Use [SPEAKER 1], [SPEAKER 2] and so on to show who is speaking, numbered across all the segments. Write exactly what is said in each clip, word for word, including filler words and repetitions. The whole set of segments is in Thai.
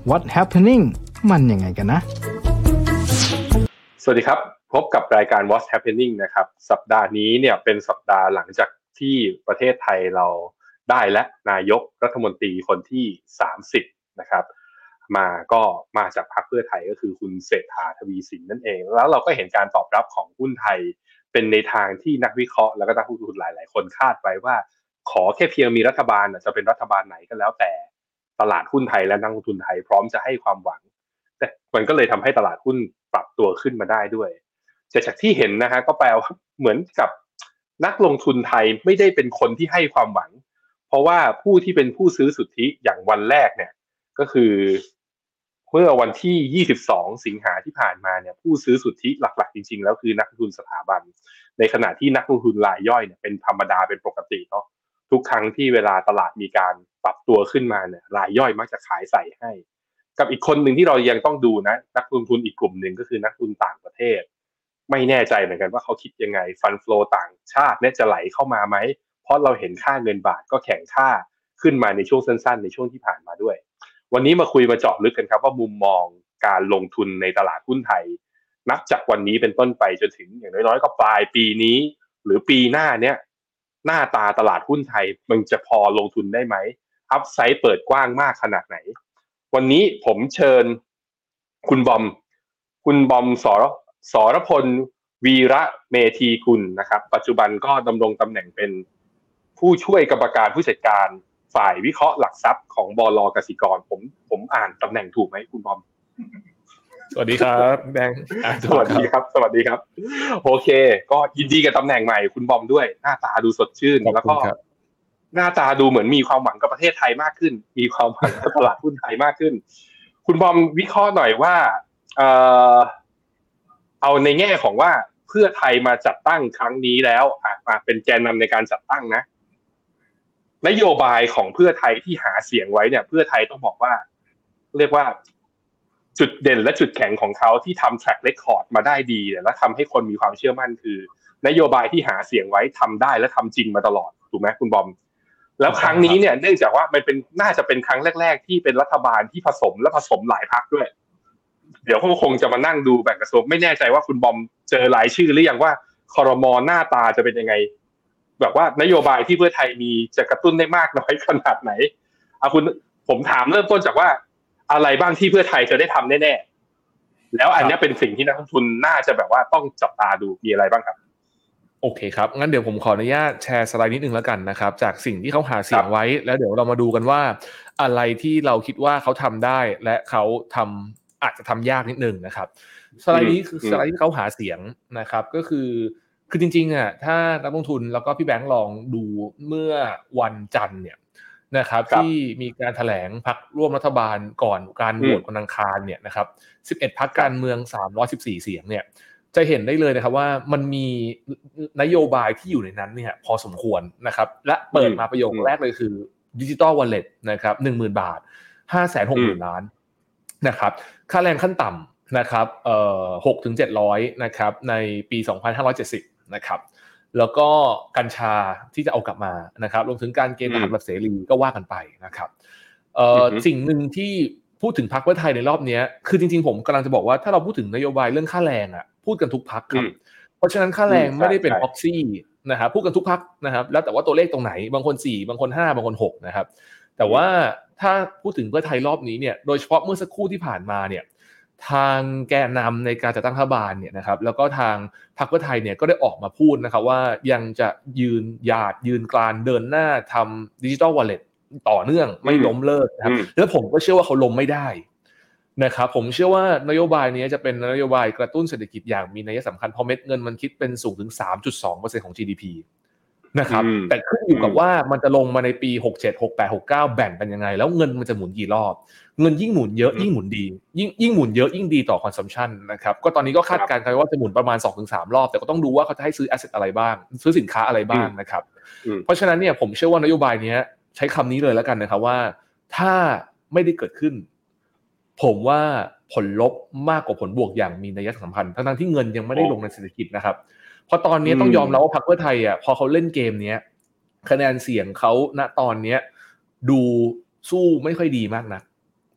[SPEAKER 1] What happening มันยังไงกันนะ
[SPEAKER 2] สวัสดีครับพบกับรายการ What's Happening นะครับสัปดาห์นี้เนี่ยเป็นสัปดาห์หลังจากที่ประเทศไทยเราได้และนายกรัฐมนตรีคนที่สามสิบนะครับมาก็มาจากพรรคเพื่อไทยก็คือคุณเศรษฐาทวีสินนั่นเองแล้วเราก็เห็นการตอบรับของหุ้นไทยเป็นในทางที่นักวิเคราะห์แล้วก็นักลงทุนหลายๆคนคาดไว้ว่าขอแค่เพียงมีรัฐบาลจะเป็นรัฐบาลไหนก็แล้วแต่ตลาดหุ้นไทยและนักลงทุนไทยพร้อมจะให้ความหวังแต่มันก็เลยทำให้ตลาดหุ้นปรับตัวขึ้นมาได้ด้วยแต่จากที่เห็นนะฮะก็แปลว่าเหมือนกับนักลงทุนไทยไม่ได้เป็นคนที่ให้ความหวังเพราะว่าผู้ที่เป็นผู้ซื้อสุทธิอย่างวันแรกเนี่ยก็คือเมื่อวันที่ยี่สิบสองสิงหาที่ผ่านมาเนี่ยผู้ซื้อสุทธิหลักๆจริงๆแล้วคือนักลงทุนสถาบันในขณะที่นักลงทุนรายย่อยเนี่ยเป็นธรรมดาเป็นปกติเนาะทุกครั้งที่เวลาตลาดมีการปรับตัวขึ้นมาเนี่ยรายย่อยมักจะขายใส่ให้กับอีกคนหนึ่งที่เรายังต้องดูนะนักลงทุนอีกกลุ่มหนึ่งก็คือนักลงทุนต่างประเทศไม่แน่ใจเหมือนกันว่าเขาคิดยังไงฟันโฟลต่างชาติเนี่ยจะไหลเข้ามาไหมเพราะเราเห็นค่าเงินบาทก็แข็งค่าขึ้นมาในช่วงสั้นๆในช่วงที่ผ่านมาด้วยวันนี้มาคุยมาเจาะลึกกันครับว่ามุมมองการลงทุนในตลาดหุ้นไทยนับจากวันนี้เป็นต้นไปจนถึงอย่างน้อยๆก็ปลายปีนี้หรือปีหน้าเนี่ยหน้าตาตลาดหุ้นไทยมันจะพอลงทุนได้ไหมอัพไซด์เปิดกว้างมากขนาดไหนวันนี้ผมเชิญคุณบอมคุณบอมสรสรพลวีระเมธีกุลนะครับปัจจุบันก็ดำรงตำแหน่งเป็นผู้ช่วยกรรมการผู้จัดการฝ่ายวิเคราะห์หลักทรัพย์ของบล.กสิกรผมผมอ่านตำแหน่งถูกไหมคุณบอม
[SPEAKER 3] สวัสดีครับแบงค์
[SPEAKER 2] สวัสดีครับสวัสดีครับโอเคก็ยินดีกับตำแหน่งใหม่คุณบอมด้วยหน้าตาดูสดชื่นแล้วก็หน้าตาดูเหมือนมีความหวังกับประเทศไทยมากขึ้นมีความหวังกับตลาดหุ้นไทยมากขึ้นคุณบอมวิเคราะห์หน่อยว่าเอ่อเอาในแง่ของว่าเพื่อไทยมาจัดตั้งครั้งนี้แล้วอ่ะมาเป็นแกนนำในการจัดตั้งนะนโยบายของเพื่อไทยที่หาเสียงไว้เนี่ยเพื่อไทยต้องบอกว่าเรียกว่าจุดเด่นและจุดแข็งของเขาที่ทำ track record มาได้ดีและทำให้คนมีความเชื่อมั่นคือนโยบายที่หาเสียงไว้ทำได้และทำจริงมาตลอดถูกไหมคุณบอมแล้วครั้งนี้เนี่ยเนื่องจากว่ามันเป็นน่าจะเป็นครั้งแรกๆที่เป็นรัฐบาลที่ผสมและผสมหลายพรรคด้วยเดี๋ยวเขาคงจะมานั่งดูแบ่งกระทรวงไม่แน่ใจว่าคุณบอมเจอหลายชื่อหรือยังว่าครม.หน้าตาจะเป็นยังไงแบบว่านโยบายที่เพื่อไทยมีจะกระตุ้นได้มากน้อยขนาดไหนเอาคุณผมถามเริ่มต้นจากว่าอะไรบ้างที่เพื่อไทยจะได้ทำแน่ๆแล้วอันนี้เป็นสิ่งที่นักลงทุนน่าจะแบบว่าต้องจับตาดูมีอะไรบ้างครับ
[SPEAKER 3] โอเคครับงั้นเดี๋ยวผมขออนุญาตแชร์สไลด์นิดนึงแล้วกันนะครับจากสิ่งที่เขาหาเสียงไว้แล้วเดี๋ยวเรามาดูกันว่าอะไรที่เราคิดว่าเขาทำได้และเขาทำอาจจะทำยากนิดนึงนะครับสไลด์นี้คือสไลด์ที่เขาหาเสียงนะครับก็คือคือจริงๆอ่ะถ้านักลงทุนแล้วก็พี่แบงค์ลองดูเมื่อวันจันทร์เนี่ยนะครับที่มีการแถลงพรรคร่วมรัฐบาลก่อนการโหวตวันอังคารเนี่ยนะครับสิบเอ็ดพรรคการเมืองสามร้อยสิบสี่เสียงเนี่ยจะเห็นได้เลยนะครับว่ามันมีนโยบายที่อยู่ในนั้นเนี่ยพอสมควรนะครับและเปิดมาประโยคแรกเลยคือ Digital Wallet นะครับ หนึ่งหมื่น บาท ห้าแสนหกหมื่น ล้านนะครับค่าแรงขั้นต่ำนะครับเอ่อ หกถึงเจ็ดร้อย นะครับในปีสองพันห้าร้อยเจ็ดสิบนะครับแล้วก็กัญชาที่จะเอากลับมานะครับรวมถึงการเกณฑ์ทหารแบบเสรีก็ว่ากันไปนะครับเอ่อสิ่งหนึ่งที่พูดถึงพรรคเพื่อไทยในรอบนี้คือจริงๆผมกำลังจะบอกว่าถ้าเราพูดถึงนโยบายเรื่องค่าแรงอ่ะพูดกันทุกพรรคครับเพราะฉะนั้นค่าแรงไม่ได้เป็น proxy นะครับพูดกันทุกพรรคนะครับแล้วแต่ว่าตัวเลขตรงไหนบางคนสี่บางคนห้าบางคนหกนะครับแต่ว่าถ้าพูดถึงเพื่อไทยรอบนี้เนี่ยโดยเฉพาะเมื่อสักครู่ที่ผ่านมาเนี่ยทางแกนนำในการจัดตั้งรัฐบาลเนี่ยนะครับแล้วก็ทางพรรคเพื่อไทยเนี่ยก็ได้ออกมาพูดนะครับว่ายังจะยืนหยัดยืนกรานเดินหน้าทำ Digital Wallet ต่อเนื่องไม่ล้มเลิกนะครับแล้วผมก็เชื่อว่าเขาล้มไม่ได้นะครับผมเชื่อว่านโยบายนี้จะเป็นนโยบายกระตุ้นเศรษฐกิจอย่างมีนัยสำคัญเพราะเม็ดเงินมันคิดเป็นสูงถึง สามจุดสองเปอร์เซ็นต์ ของ จี ดี พี นะครับแต่ขึ้นอยู่กับว่ามันจะลงมาในปีหกเจ็ด หกแปด หกเก้าแบ่งกันยังไงแล้วเงินมันจะหมุนกี่รอบเงินยิ่งหมุนเยอะยิ่งหมุนดียิ่งยิ่งหมุนเยอะยิ่งดีต่อ consumption นะครับก็ตอนนี้ก็คาดการณ์กันว่าจะหมุนประมาณ สองถึงสาม รอบแต่ก็ต้องดูว่าเขาจะให้ซื้อ asset อะไรบ้างซื้อสินค้าอะไรบ้างนะครับเพราะฉะนั้นเนี่ยผมเชื่อว่านโยบายนี้ใช้คำนี้เลยแล้วกันนะครับว่าถ้าไม่ได้เกิดขึ้นผมว่าผลลบมากกว่าผลบวกอย่างมีนัยสำคัญทั้งๆที่เงินยังไม่ได้ลงในเศรษฐกิจนะครับเพราะตอนนี้ต้องยอมรับว่าพรรคเพื่อไทยอ่ะพอเขาเล่นเกมนี้คะแนนเสียงเขาณตอนนี้ดูสู้ไม่ค่อยดีมากนัก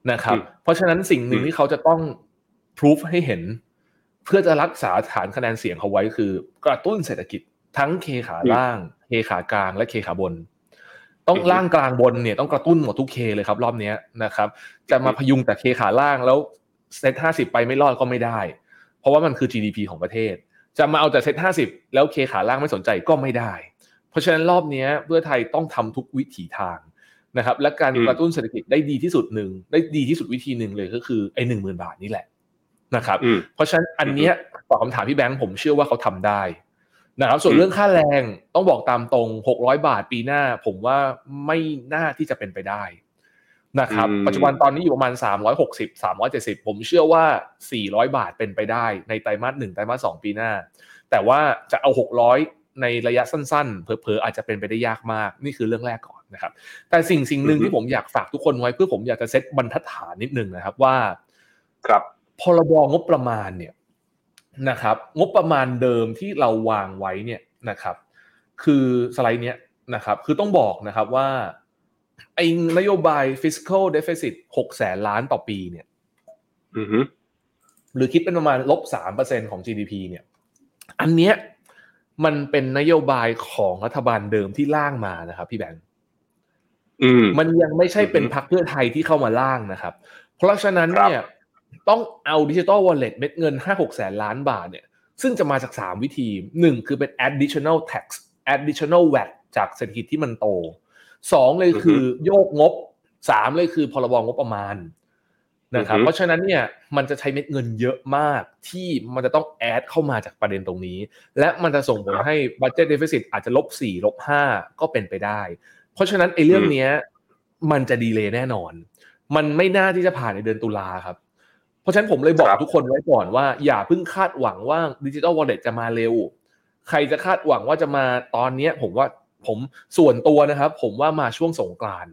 [SPEAKER 3] นะครับเพราะฉะนั้นสิ่งหนึ่งที่เขาจะต้องพิสูจให้เห็นเพื่อจะรักษาฐานคะแนนเสียงเขาไว้คือกระตุ้นเศรษฐกิจทั้ง K ขาล่าง K ขากลางและ K ขาบนต้องล่างกลางบนเนี่ยต้องกระตุ้นหมดทุก K เลยครับรอบนี้นะครับจะมาพยุงแต่ K ขาล่างแล้วเซ็ตห้าสิบไปไม่รอดก็ไม่ได้เพราะว่ามันคือ จี ดี พี ของประเทศจะมาเอาแต่เซ็ตห้าสิบแล้ว K ขาล่างไม่สนใจก็ไม่ได้เพราะฉะนั้นรอบนี้เพื่อไทยต้องทำทุกวิถีทางนะครับและการกระตุ้นเศรษฐกิจได้ดีที่สุดหนึ่งได้ดีที่สุดวิธีหนึ่งเลยก็คือไอ้ หนึ่งหมื่น บาทนี่แหละนะครับเพราะฉะนั้นอันเนี้ยตอบคำถามพี่แบงค์ผมเชื่อว่าเขาทำได้นะครับส่วนเรื่องค่าแรงต้องบอกตามตรงหกร้อยบาทปีหน้าผมว่าไม่น่าที่จะเป็นไปได้นะครับปัจจุบันตอนนี้อยู่ประมาณสามร้อยหกสิบ สามร้อยเจ็ดสิบผมเชื่อว่าสี่ร้อยบาทเป็นไปได้ในไตรมาสหนึ่งไตรมาสสองปีหน้าแต่ว่าจะเอาหกร้อยในระยะสั้นๆเผลอๆอาจจะเป็นไปได้ยากมากนี่คือเรื่องแรกก่อนนะครับแต่สิ่งสิ่งหนึ่งที่ผมอยากฝากทุกคนไว้เพื่อผมอยากจะเซตบรรทัดฐานนิดนึงนะครับว่า
[SPEAKER 2] ครับ
[SPEAKER 3] พรบงบประมาณเนี่ยนะครับงบประมาณเดิมที่เราวางไว้เนี่ยนะครับคือสไลด์เนี้ยนะครับคือต้องบอกนะครับว่าไอ้นโยบาย fiscal deficit หกแสนล้านต่อปีเนี่ย
[SPEAKER 2] อือฮึ
[SPEAKER 3] หรือคิดเป็นประมาณ ลบสามเปอร์เซ็นต์ ของ จี ดี พี เนี่ยอันเนี้ยมันเป็นนโยบายของรัฐบาลเดิมที่ร่างมานะครับพี่แบงค์มันยังไม่ใช่เป็นพรรคเพื่อไทยที่เข้ามาร่างนะครับเพราะฉะนั้นเนี่ยต้องเอา Digital Wallet เม็ดเงิน ห้าหก แสนล้านบาทเนี่ยซึ่งจะมาจากสามวิธีหนึ่งคือเป็น additional tax additional แวต จากเศรษฐกิจที่มันโตสองเลยคือโยกงบสามเลยคือพรบงบประมาณนะครับเพราะฉะนั้นเนี่ยมันจะใช้เม็ดเงินเยอะมากที่มันจะต้องแอดเข้ามาจากประเด็นตรงนี้และมันจะส่งผลให้ budget deficit อาจจะลบสี่ลบห้าก็เป็นไปได้เพราะฉะนั้นไอ้เรื่องนี้มันจะดีเลย์แน่นอนมันไม่น่าที่จะผ่านในเดือนตุลาครับเพราะฉะนั้นผมเลยบอกทุกคนไว้ก่อนว่าอย่าเพิ่งคาดหวังว่า Digital Wallet จะมาเร็วใครจะคาดหวังว่าจะมาตอนนี้ผมว่าผมส่วนตัวนะครับผมว่ามาช่วงสงกรานต์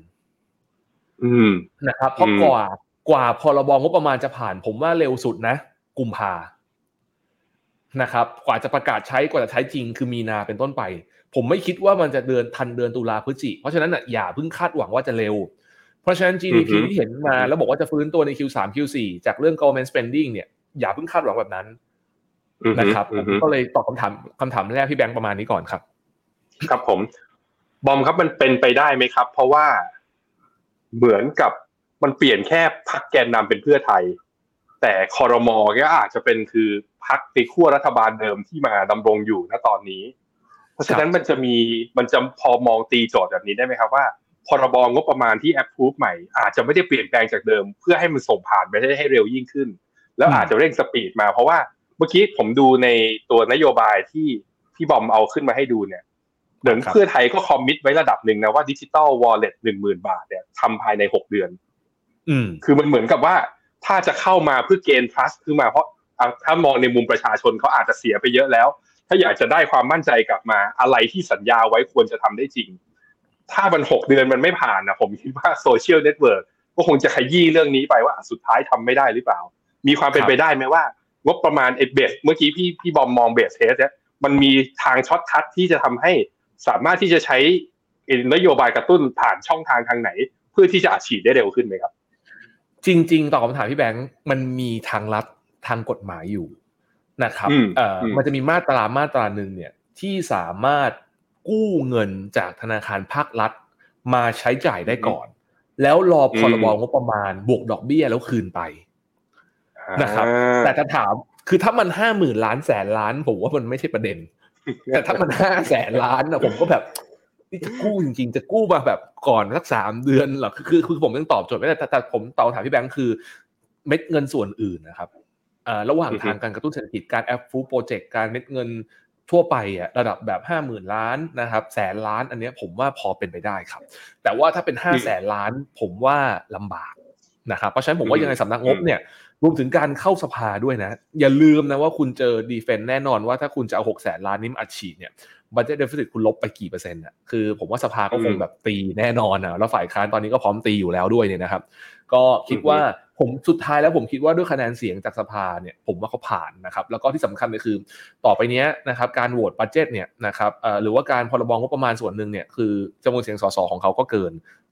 [SPEAKER 3] นะครับเพราะกว่ากว่าพรบงบประมาณจะผ่านผมว่าเร็วสุดนะกุมภานะครับกว่าจะประกาศใช้กว่าจะใช้จริงคือมีนาเป็นต้นไปผมไม่คิดว่ามันจะเดือนทันเดือนตุลาพฤศจิกเพราะฉะนั้นน่ะอย่าเพิ่งคาดหวังว่าจะเร็วเพราะฉะนั้น จี ดี พี ที่เห็นมาแล้วบอกว่าจะฟื้นตัวใน คิว สาม คิว สี่ จากเรื่อง government spending เนี่ยอย่าเพิ่งคาดหวังแบบนั้นนะครับผมก็เลยตอบคำถามคำถามแรกพี่แบงค์ประมาณนี้ก่อนครับ
[SPEAKER 2] ครับผมบอมครับมันเป็นไปได้ไหมครับเพราะว่าเหมือนกับมันเปลี่ยนแค่พรรคแกนนำเป็นเพื่อไทยแต่ครม.ก็อาจจะเป็นคือพรรคในขั้วรัฐบาลเดิมที่มาดำรงอยู่ณตอนนี้เพราะฉะนั้นมันจะมีมันจะพอมองตีโจทย์แบบนี้ได้ไหมครับว่าพรบงบประมาณที่แอปพรูฟใหม่อาจจะไม่ได้เปลี่ยนแปลงจากเดิมเพื่อให้มันส่งผ่านไปได้ให้เร็วยิ่งขึ้นแล้วอาจจะเร่งสปีดมาเพราะว่าเมื่อกี้ผมดูในตัวนโยบายที่พี่บอมเอาขึ้นมาให้ดูเนี่ยเหมือนเพื่อไทยก็คอมมิตไว้ระดับหนึ่งนะว่า Digital Wallet หนึ่งหมื่น บาทเนี่ยทำภายในหกเดือน
[SPEAKER 3] อืม
[SPEAKER 2] คือมันเหมือนกับว่าถ้าจะเข้ามาเพื่อเกณฑ์ trust ขึ้นมาเพราะถ้ามองในมุมประชาชนเขาอาจจะเสียไปเยอะแล้วถ้าอยากจะได้ความมั่นใจกลับมาอะไรที่สัญญาไว้ควรจะทำได้จริงถ้ามันหกเดือนมันไม่ผ่านนะผมคิดว่าโซเชียลเน็ตเวิร์กก็คงจะขยี้เรื่องนี้ไปว่าสุดท้ายทำไม่ได้หรือเปล่ามีความเป็นไปได้ไหมว่างบประมาณเอเบสเมื่อกี้พี่พี่บอมมองเบสเทสเนี่ยมันมีทางช็อตคัทที่จะทำให้สามารถที่จะใช้นโยบายกระตุ้นผ่านช่องทางทางไหนเพื่อที่จะอัดฉีดได้เร็วขึ้นไหมครับ
[SPEAKER 3] จริงๆตอบคำถามพี่แบงค์มันมีทางลัดทางกฎหมายอยู่นะครับเอ่อมันจะมีมาตรามาตราหนึ่งเนี่ยที่สามารถกู้เงินจากธนาคารภาครัฐมาใช้จ่ายได้ก่อนแล้วรอพรบงบประมาณบวกดอกเบี้ยแล้วคืนไปนะครับแต่ถ้าถามคือถ้ามันห้าหมื่นล้านแสนล้านผมว่ามันไม่ใช่ประเด็นแต่ถ้ามันห้าแสนล้านนะผมก็แบบนี่จะกู้จริงๆจะกู้มาแบบก่อนสักสามเดือนหรอคือคือผมยังตอบโจทย์ไม่ได้แต่แต่ผมตอบถามพี่แบงค์คือเม็ดเงินส่วนอื่นนะครับอ่าระหว่างทางการกระตุ้นเศรษฐกิจการแอปฟู้ดโปรเจกต์การเม็ดเงินทั่วไปอ่ะระดับแบบห้าหมื่นล้านนะครับแสนล้านอันนี้ผมว่าพอเป็นไปได้ครับแต่ว่าถ้าเป็นห้าแสนล้านผมว่าลำบากนะครับเพราะฉะนั้นผมว่ายังไงสำนักงบเนี่ยรวมถึงการเข้าสภาด้วยนะอย่าลืมนะว่าคุณเจอดีเฟนส์แน่นอนว่าถ้าคุณจะเอาหกแสนล้านนี้มาอัดฉีดเนี่ยบัดเจ็ตเดฟิซิตคุณลบไปกี่เปอร์เซ็นต์อ่ะคือผมว่าสภาก็คงแบบตีแน่นอนอ่ะแล้วฝ่ายค้านตอนนี้ก็พร้อมตีอยู่แล้วด้วยเนี่ยนะครับก็คิดว่าผมสุดท้ายแล้วผมคิดว่าด้วยคะแนนเสียงจากสภาเนี่ยผมว่าเขาผ่านนะครับแล้วก็ที่สำคัญเลยคือต่อไปนี้นะครับการโหวตบัดเจ็ตเนี่ยนะครับเอ่อหรือว่าการพรบงบประมาณส่วนหนึ่งเนี่ยคือจำนวนเสียงสสของเขาก็เกิน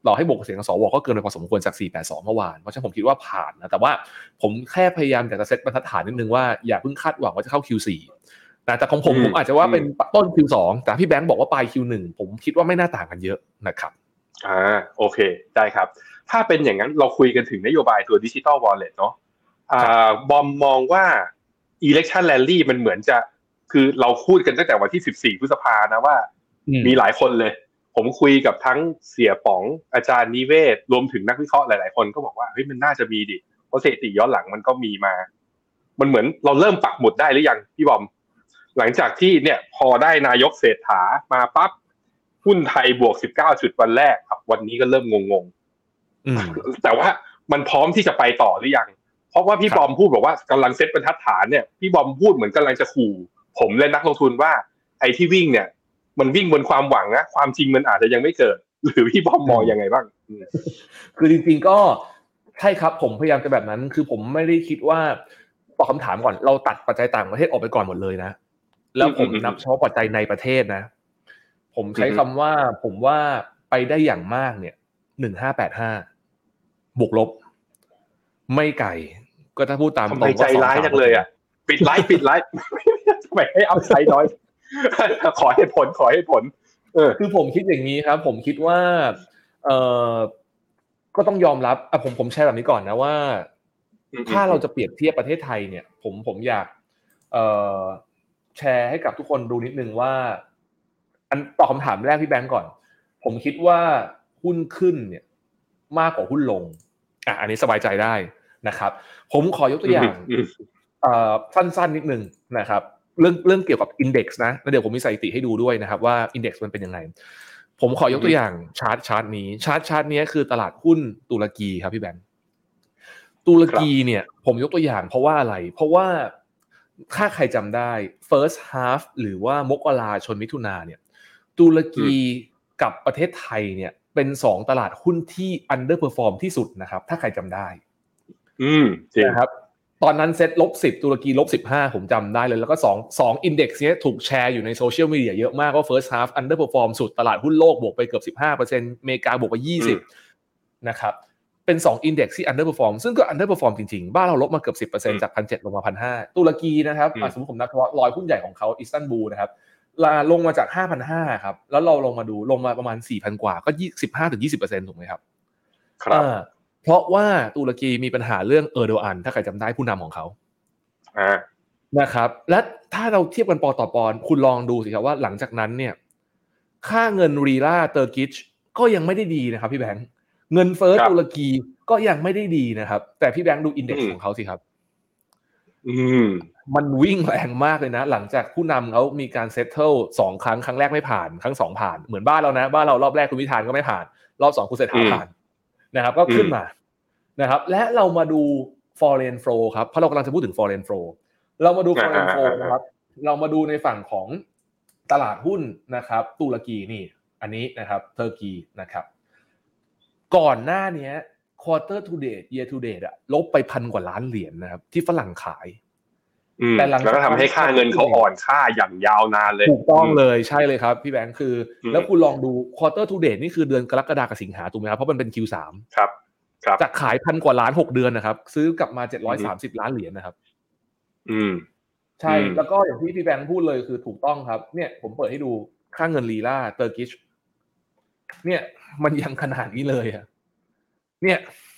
[SPEAKER 3] เราให้บวกเสียงสวก็เกินไปพอสมควรจากสี่แปดสองเมื่อวานเพราะฉะนั้นผมคิดว่าผ่านนะแต่ว่าผมแค่พยายามอยากจะเซตบรรทัดฐานนิดนึงว่าอย่าเพิ่งคาดหวังว่าจะเข้า คิว โฟร์ นะแต่ของผมผมอาจจะว่าเป็นต้น คิว ทู แต่พี่แบงค์บอกว่าปลาย คิว วัน ผมคิดว่าไม่น่าต่างกันเยอะนะครับ
[SPEAKER 2] อ่าโอเคได้ครับถ้าเป็นอย่างนั้นเราคุยกันถึงนโยบายตัว Digital Wallet เนาะอ่าบอมมองว่า Election Rally มันเหมือนจะคือเราพูดกันตั้งแต่วันที่สิบสี่พฤษภานะว่ามีหลายคนเลยผมคุยกับทั้งเสี่ยป๋องอาจารย์นิเวศรวมถึงนักวิเคราะห์หลายๆคนก็บอกว่าเฮ้ยมันน่าจะมีดิเพราะสถิติย้อนหลังมันก็มีมามันเหมือนเราเริ่มปักหมุดได้หรือยังพี่บอมหลังจากที่เนี่ยพอได้นายกเศรษฐามาปั๊บหุ้นไทยบวกสิบเก้าจุดวันแรกครับวันนี้ก็เริ่มงงๆแต่ว่ามันพร้อมที่จะไปต่อหรือยังเพราะว่าพี่บอมพูดบอกว่ากำลังเซตบรรทัดฐานเนี่ยพี่บอมพูดเหมือนกำลังจะขู่ผมและนักลงทุนว่าไอ้ที่วิ่งเนี่ยมันวิ่งบนความหวังนะความจริงมันอาจจะยังไม่เกิดหรือพี่บอมมองยังไงบ้าง
[SPEAKER 3] คือจริงๆก็ใช่ครับผมพยายามจะแบบนั้นคือผมไม่ได้คิดว่าตอบคำถามก่อนเราตัดปัจจัยต่างประเทศออกไปก่อนหมดเลยนะแล้วผมนับเฉพาะปัจจัยในประเทศนะผมใช้คำว่าผมว่าไปได้อย่างมากเนี่ยหนึ่งห้าแปดห้าบวกลบไม่ไกลก็ถ้าพูดตามตรง
[SPEAKER 2] ก็ใจร้ายจังเลยอ่ะปิดไลฟ์ปิดไลฟ์ทำไมให้เอาไซด์น้อยขอให้ผลขอให้ผลเออ
[SPEAKER 3] คือผมคิดอย่างนี้ครับผมคิดว่าเออก็ต้องยอมรับอ่ะผมผมแชร์แบบนี้ก่อนนะว่าถ้าเราจะเปรียบเทียบประเทศไทยเนี่ยผมผมอยากเอ่อแชร์ให้กับทุกคนดูนิดนึงว่าอันตอบคำถามแรกพี่แบงก์ก่อนผมคิดว่าหุ้นขึ้นเนี่ยมากกว่าหุ้นลงอ่ะอันนี้สบายใจได้นะครับผมขอยกตัวอย่างเอ่อสั้นๆนิดนึงนะครับเรื่องเรื่องเกี่ยวกับ index นะแล้วเดี๋ยวผมมีสถิติให้ดูด้วยนะครับว่า index มันเป็นยังไงผมขอยกตัวอย่างชาร์ตชาร์ตนี้ชาร์ตชาร์ตนี้คือตลาดหุ้นตุรกีครับพี่แบงค์ตุรกีเนี่ยผมยกตัวอย่างเพราะว่าอะไรเพราะว่าถ้าใครจำได้ first half หรือว่ามกราชนมิถุนาเนี่ยตุรกีกับประเทศไทยเนี่ยเป็นสองตลาดหุ้นที่ underperform ที่สุดนะครับถ้าใครจำได้
[SPEAKER 2] อืมจริง
[SPEAKER 3] นะครับตอนนั้นเซ็ตลบสิบตุรกีลบสิบห้าผมจำได้เลยแล้วก็สอง สอง index เนี้ยถูกแชร์อยู่ในโซเชียลมีเดียเยอะมากว่า first half underperform สุดตลาดหุ้นโลกบวกไปเกือบ สิบห้าเปอร์เซ็นต์ อเมริกาบวกไปยี่สิบนะครับเป็นสอง index ที่ underperform ซึ่งก็ underperform จริงๆบ้านเราลบมาเกือบ สิบเปอร์เซ็นต์ จาก หนึ่งพันเจ็ดร้อย ลงมา หนึ่งพันห้าร้อย ตุรกีนะครับสมมุติผมนับเฉพาะรอยหุ้นใหญ่ของเขาอิสตันบูลนะครับลงมาจาก ห้าพันห้าร้อย ครับแล้วเราลงมาดูลงมาประมาณ สี่พัน กว่าก็ สิบห้าถึงยี่สิบเปอร์เซ็นต์ ถูกมั้ยครับ
[SPEAKER 2] ครับ
[SPEAKER 3] เพราะว่าตุรกีมีปัญหาเรื่องเออร์โดอันถ้าใครจำได้ผู้นำของเขา
[SPEAKER 2] อ่า
[SPEAKER 3] นะครับและถ้าเราเทียบกันปอต่อปอนคุณลองดูสิครับว่าหลังจากนั้นเนี่ยค่าเงินรีลาเตอร์กิชก็ยังไม่ได้ดีนะครับพี่แบงค์เงินเฟ้อตุรกีก็ยังไม่ได้ดีนะครับแต่พี่แบงค์ดูอินเด็กซ์ของเขาสิครับ
[SPEAKER 2] อืม
[SPEAKER 3] มันวิ่งแรงมากเลยนะหลังจากผู้นำเขามีการเซตเทิลสองครั้งครั้งแรกไม่ผ่านครั้งสองผ่านเหมือนบ้านเรานะบ้านเรารอบแรกคุณพิธาก็ไม่ผ่านรอบสองคุณเศรษฐาผ่านนะครับก็ขึ้นมานะครับและเรามาดู foreign flow ครับเพราะเรากำลังจะพูดถึง foreign flow เรามาดู foreign flow นะครับเรามาดูในฝั่งของตลาดหุ้นนะครับตุรกีนี่อันนี้นะครับเทอร์กีนะครับก่อนหน้านี้ quarter to date year to date อะลบไปพันกว่าล้านเหรียญ น, นะครับที่ฝรั่งขาย
[SPEAKER 2] แต่หลังแล้วก็ทำให้ค่าเงินเขาอ่อนค่าอย่างยาวนานเลย
[SPEAKER 3] ถูกต้องเลยใช่เลยครับพี่แบงค์คือแล้วคุณลองดู quarter to date นี่คือเดือนกรกฎาคมกับสิงหาถูกไหมครับเพราะมันเป็น คิว สาม
[SPEAKER 2] ครับครับ
[SPEAKER 3] จากขายพันกว่าล้านหกเดือนนะครับซื้อกลับมาเจ็ดร้อยสามสิบล้านเหรียญนะครับ
[SPEAKER 2] อืม
[SPEAKER 3] ใช่แล้วก็อย่างที่พี่แบงค์พูดเลยคือถูกต้องครับเนี่ยผมเปิดให้ดูค่าเงินลีลาเตอร์กิชเนี่ยมันยังขนาดนี้เลยอ่ะเนี่ย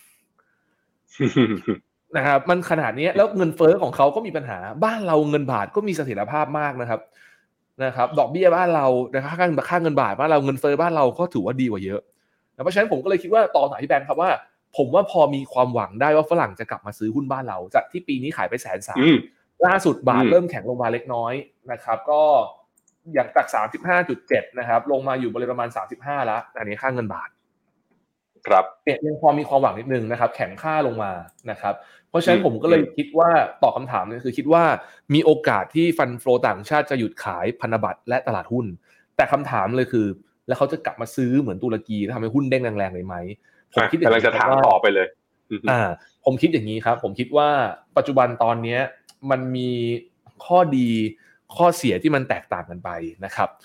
[SPEAKER 3] นะครับมันขนาดนี้แล้วเงินเฟ้อของเขาก็มีปัญหาบ้านเราเงินบาทก็มีเสถียรภาพมากนะครับนะครับดอกเบี้ยบ้านเรานะครับค่าค่าเงินบาทบ้านเราเงินเฟ้อบ้านเราก็ถือว่าดีกว่าเยอะเพราะฉะนั้นผมก็เลยคิดว่าต่อสายพี่แบงค์ครับว่าผมว่าพอมีความหวังได้ว่าฝรั่งจะกลับมาซื้อหุ้นบ้านเราจากที่ปีนี้ขายไปแสนสามล่าสุดบาทเริ่มแข็งลงมาเล็กน้อยนะครับก็อย่างจาก สามสิบห้าจุดเจ็ด นะครับลงมาอยู่บริเวณประมาณสามสิบห้าแล้วอันนี้ค่าเงินบาท
[SPEAKER 2] ครับ
[SPEAKER 3] เนี่ยยังพอมีความหวังนิดนึงนะครับแข็งค่าลงมานะครับเพราะฉะนั้นผมก็เลยคิดว่าตอบคำถามนี่คือคิดว่ามีโอกาสที่ฟันโฟลต่างชาติจะหยุดขายพันธบัตรและตลาดหุ้นแต่คำถามเลยคือแล้วเขาจะกลับมาซื้อเหมือนตุรกีทำให้หุ้นเด้งแรงๆเลยไหม
[SPEAKER 2] ผมคิดอย่างนี้จะถามต่อไปเลย
[SPEAKER 3] อ่าผมคิดอย่างนี้ครับผมคิดว่าปัจจุบันตอนนี้มันมีข้อดีข้อเสียที่มันแตกต่างกันไปนะครับ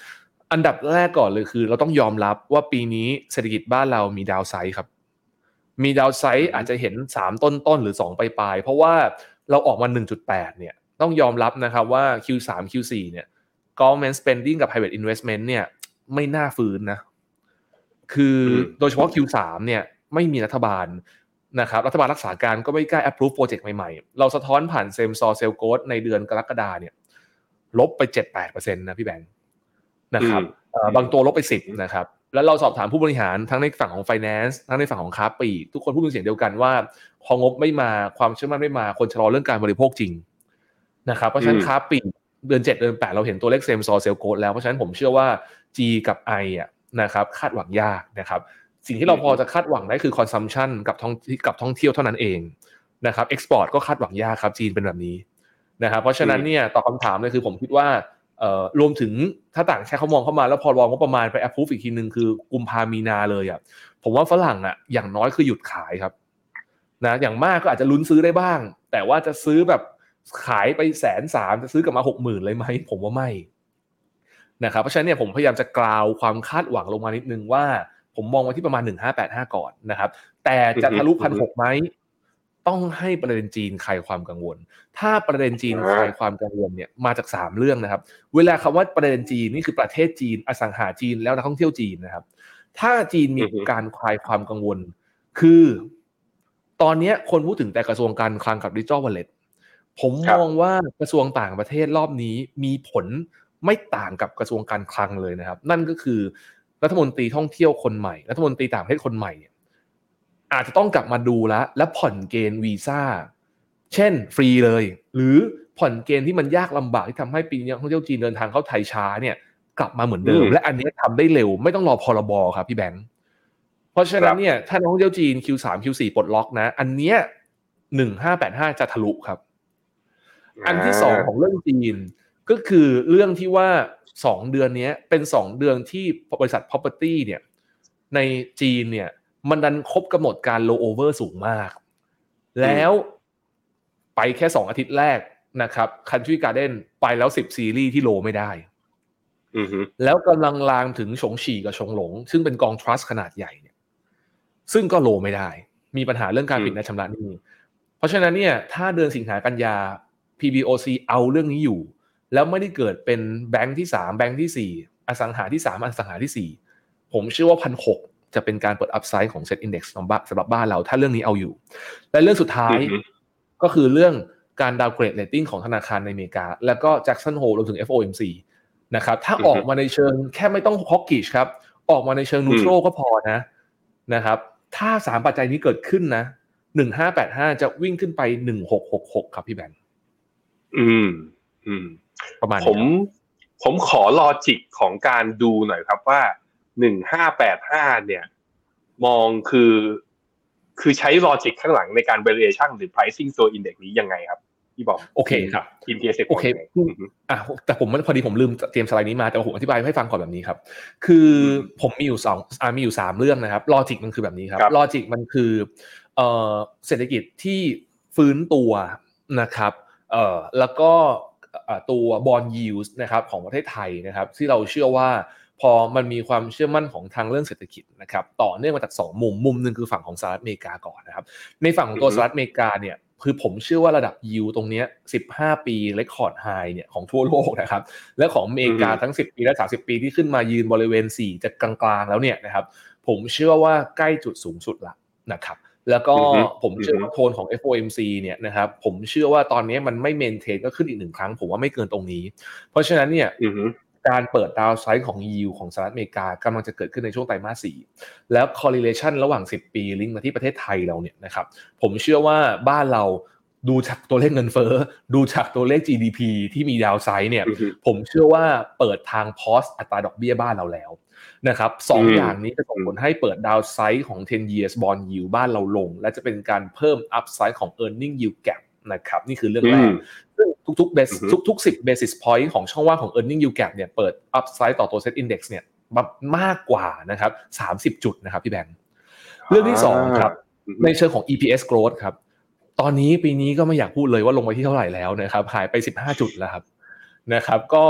[SPEAKER 3] อันดับแรกก่อนเลยคือเราต้องยอมรับว่าปีนี้เศรษฐกิจบ้านเรามีดาวไซด์ครับมีดาวไซด์อาจจะเห็นสามต้นๆหรือสองปลายๆเพราะว่าเราออกมา หนึ่งจุดแปด เนี่ยต้องยอมรับนะครับว่า คิว สาม คิว สี่ เนี่ย government spending กับ private investment เนี่ยไม่น่าฟื้นนะคือโดยเฉพาะ คิว สาม เนี่ยไม่มีรัฐบาลนะครับรัฐบาลรักษาการก็ไม่กล้า approve โปรเจกต์ใหม่ๆเราสะท้อนผ่าน same store sales growth ในเดือนกรกฎาคมเนี่ยลบไป เจ็ดถึงแปดเปอร์เซ็นต์ นะพี่แบงค์นะครับบางตัวลบไปสิบนะครับแล้วเราสอบถามผู้บริหารทั้งในฝั่งของ finance ทั้งในฝั่งของค้าปลีกทุกคนพูดเป็นเสียงเดียวกันว่าพองบไม่มาความเชื่อมั่นไม่มาคนชะลอเรื่องการบริโภคจริงนะครับเพราะฉะนั้นค้าปลีกเดือนเจ็ดเดือนแปดเราเห็นตัวเลข same store sales growth แล้วเพราะฉะนั้นผมเชื่อว่า G กับ I อ่ะนะครับคาดหวังยากนะครับสิ่งที่เราพอจะคาดหวังได้คือ consumption กับท่องกับท่องเที่ยวเท่านั้นเองนะครับ export ก็คาดหวังยากครับจีนเป็นแบบนี้นะครับเพราะฉะนั้นเนี่ยตอบคำถามเลยคือผมคิดว่าเอ่อรวมถึงถ้าต่างชาติเขามองเข้ามาแล้วพอรองบประมาณไป approve อีกทีนึงคือกุมภามีนาเลยอ่ะผมว่าฝรั่งอ่ะอย่างน้อยคือหยุดขายครับนะอย่างมากก็อาจจะลุ้นซื้อได้บ้างแต่ว่าจะซื้อแบบขายไปแสนสามจะซื้อกลับมาหกหมื่นเลยไหมผมว่าไม่นะครับเพราะฉะนั้นเนี่ยผมพยายามจะกราวความคาดหวังลงมานิดนึงว่าผมมองไว้ที่ประมาณหนึ่งพันห้าร้อยแปดสิบห้าก่อนนะครับแต่จะทะลุ หนึ่งพันหกร้อย มั้ยต้องให้ประเด็นจีนคลายความกังวลถ้าประเด็นจีนคลายความกังวลเนี่ยมาจากสามเรื่องนะครับเวลาคำว่าประเด็นจีนนี่คือประเทศจีนอสังหาจีนแล้วนักท่องเที่ยวจีนนะครับถ้าจีนมีการคลายความกังวลคือตอนนี้คนพูดถึงแต่กระทรวงการคลังกับ Digital Wallet ผมมองว่ากระทรวงต่างประเทศรอบนี้มีผลไม่ต่างกับกระทรวงการคลังเลยนะครับนั่นก็คือรัฐมนตรีท่องเที่ยวคนใหม่รัฐมนตรีต่างประเทศคนใหม่อาจจะต้องกลับมาดูแลและผ่อนเกณฑ์วีซ่าเช่นฟรีเลยหรือผ่อนเกณฑ์ที่มันยากลำบากที่ทำให้ปีนี้นักท่องเที่ยวจีนเดินทางเข้าไทยช้าเนี่ยกลับมาเหมือนเดิมและอันนี้ทำได้เร็วไม่ต้องรอพรบครับพี่แบงค์เพราะฉะนั้นเนี่ยถ้านักท่องเที่ยวจีน คิว สาม คิว สี่ ปลดล็อกนะอันเนี้ยหนึ่งพันห้าร้อยแปดสิบห้าจะทะลุครับอันที่สองของเรื่องจีนก็คือเรื่องที่ว่าสองเดือนนี้เป็นสองเดือนที่บริษัท property เนี่ยในจีนเนี่ยมันดันครบกำหนดการ low over สูงมากแล้วไปแค่สองอาทิตย์แรกนะครับ Country Garden ไปแล้วสิบซีรีส์ที่โลไม่ได้แล้วกำลังลามถึงฉงฉี่กับฉงหลงซึ่งเป็นกอง trust ขนาดใหญ่เนี่ยซึ่งก็โลไม่ได้มีปัญหาเรื่องการผิดนัดชำระหนี้เพราะฉะนั้นเนี่ยถ้าเดือนสิงหากันยา พี บี โอ ซี เอาเรื่องนี้อยู่แล้วไม่ได้เกิดเป็นแบงค์ที่สามแบงค์ที่สี่อสังหาที่สามอสังหาที่สี่ผมเชื่อว่า หนึ่งพันหกร้อย จะเป็นการเปิดอัพไซด์ของ Set Index สำหรับบ้านเราถ้าเรื่องนี้เอาอยู่และเรื่องสุดท้ายก็คือเรื่องการดาวน์เกรดเรตติ้งของธนาคารในอเมริกาแล้วก็ Jackson Hole รวมถึง เอฟ โอ เอ็ม ซี นะครับถ้าออกมาในเชิงแค่ไม่ต้อง hawkish ครับออกมาในเชิง neutral ก็พอนะนะครับถ้าสามปัจจัยนี้เกิดขึ้นนะหนึ่งพันห้าร้อยแปดสิบห้าจะวิ่งขึ้นไปหนึ่งพันหกร้อยหกสิบหกครับพี่แบงค์
[SPEAKER 2] อืมอืม
[SPEAKER 3] ประมาณ
[SPEAKER 2] ผมผมขอลอจิกของการดูหน่อยครับว่าหนึ่งพันห้าร้อยแปดสิบห้าเนี่ยมองคือคือใช้ลอจิกข้างหลังในการ valuation หรือ pricing ตัว index นี้ยังไงครับพี่บอก
[SPEAKER 3] โอเคครับ
[SPEAKER 2] อินเทอร์เซ็ปต์
[SPEAKER 3] โอเคอ่ะแต่ผมพอดีผมลืมเตรียมสไลด์นี้มาแต่ผมอธิบายให้ฟังก่อนแบบนี้ครับคือผมมีอยู่สองอ่ามีอยู่สามเรื่องนะครับลอจิกมันคือแบบนี้ครับลอจิกมันคือเอ่อเศรษฐกิจที่ฟื้นตัวนะครับเอ่อแล้วก็ตัว bond yield นะครับของประเทศไทยนะครับที่เราเชื่อว่าพอมันมีความเชื่อมั่นของทางเรื่องเศรษฐกิจนะครับต่อเนื่องมาจากสองมุมมุมนึงคือฝั่งของสหรัฐอเมริกาก่อนนะครับในฝั่งของตัวสหรัฐอเมริกาเนี่ยคือผมเชื่อว่าระดับ yield ตรงนี้สิบห้าปี record high เนี่ยของทั่วโลกนะครับและของอเมริกาทั้งสิบปีและสามสิบปีที่ขึ้นมายืนบริเวณสี่จะกลางๆแล้วเนี่ยนะครับผมเชื่อว่าใกล้จุดสูงสุดละนะครับแล้วก็ผมเชื่อว่าโทนของ เอฟ โอ เอ็ม ซี เนี่ยนะครับผมเชื่อว่าตอนนี้มันไม่เมนเทนก็ขึ้นอีกหนึ่งครั้งผมว่าไม่เกินตรงนี้เพราะฉะนั้นเนี่ยการเปิดดาวไซด์ของ yield ของสหรัฐอเมริกากำลังจะเกิดขึ้นในช่วงไตรมาสสี่แล้ว correlation ระหว่างสิบปีลิงก์มาที่ประเทศไทยเราเนี่ยนะครับผมเชื่อว่าบ้านเราดูจากตัวเลขเงินเฟ้อดูจากตัวเลข จี ดี พี ที่มีดาวไซด์เนี่ยผมเชื่อว่าเปิดทางพอสอัตราดอกเบี้ยบ้านเราแล้วนะครับสองอย่างนี้จะส่งผลให้เปิดดาวไซด์ของสิบ years bond yield บ้านเราลงและจะเป็นการเพิ่ม upside ของ earning yield gap นะครับนี่คือเรื่องแรกซึ่งทุกๆ base ทุกๆสิบ basis point ของช่องว่างของ earning yield gap เนี่ยเปิด upside ต่อตัว set index เนี่ยมากกว่านะครับสามสิบจุดนะครับพี่แบงค์เรื่องที่สองครับในเชิงของ อี พี เอส growth ครับตอนนี้ปีนี้ก็ไม่อยากพูดเลยว่าลงไปที่เท่าไหร่แล้วนะครับหายไปสิบห้าจุดแล้วครับนะครับก็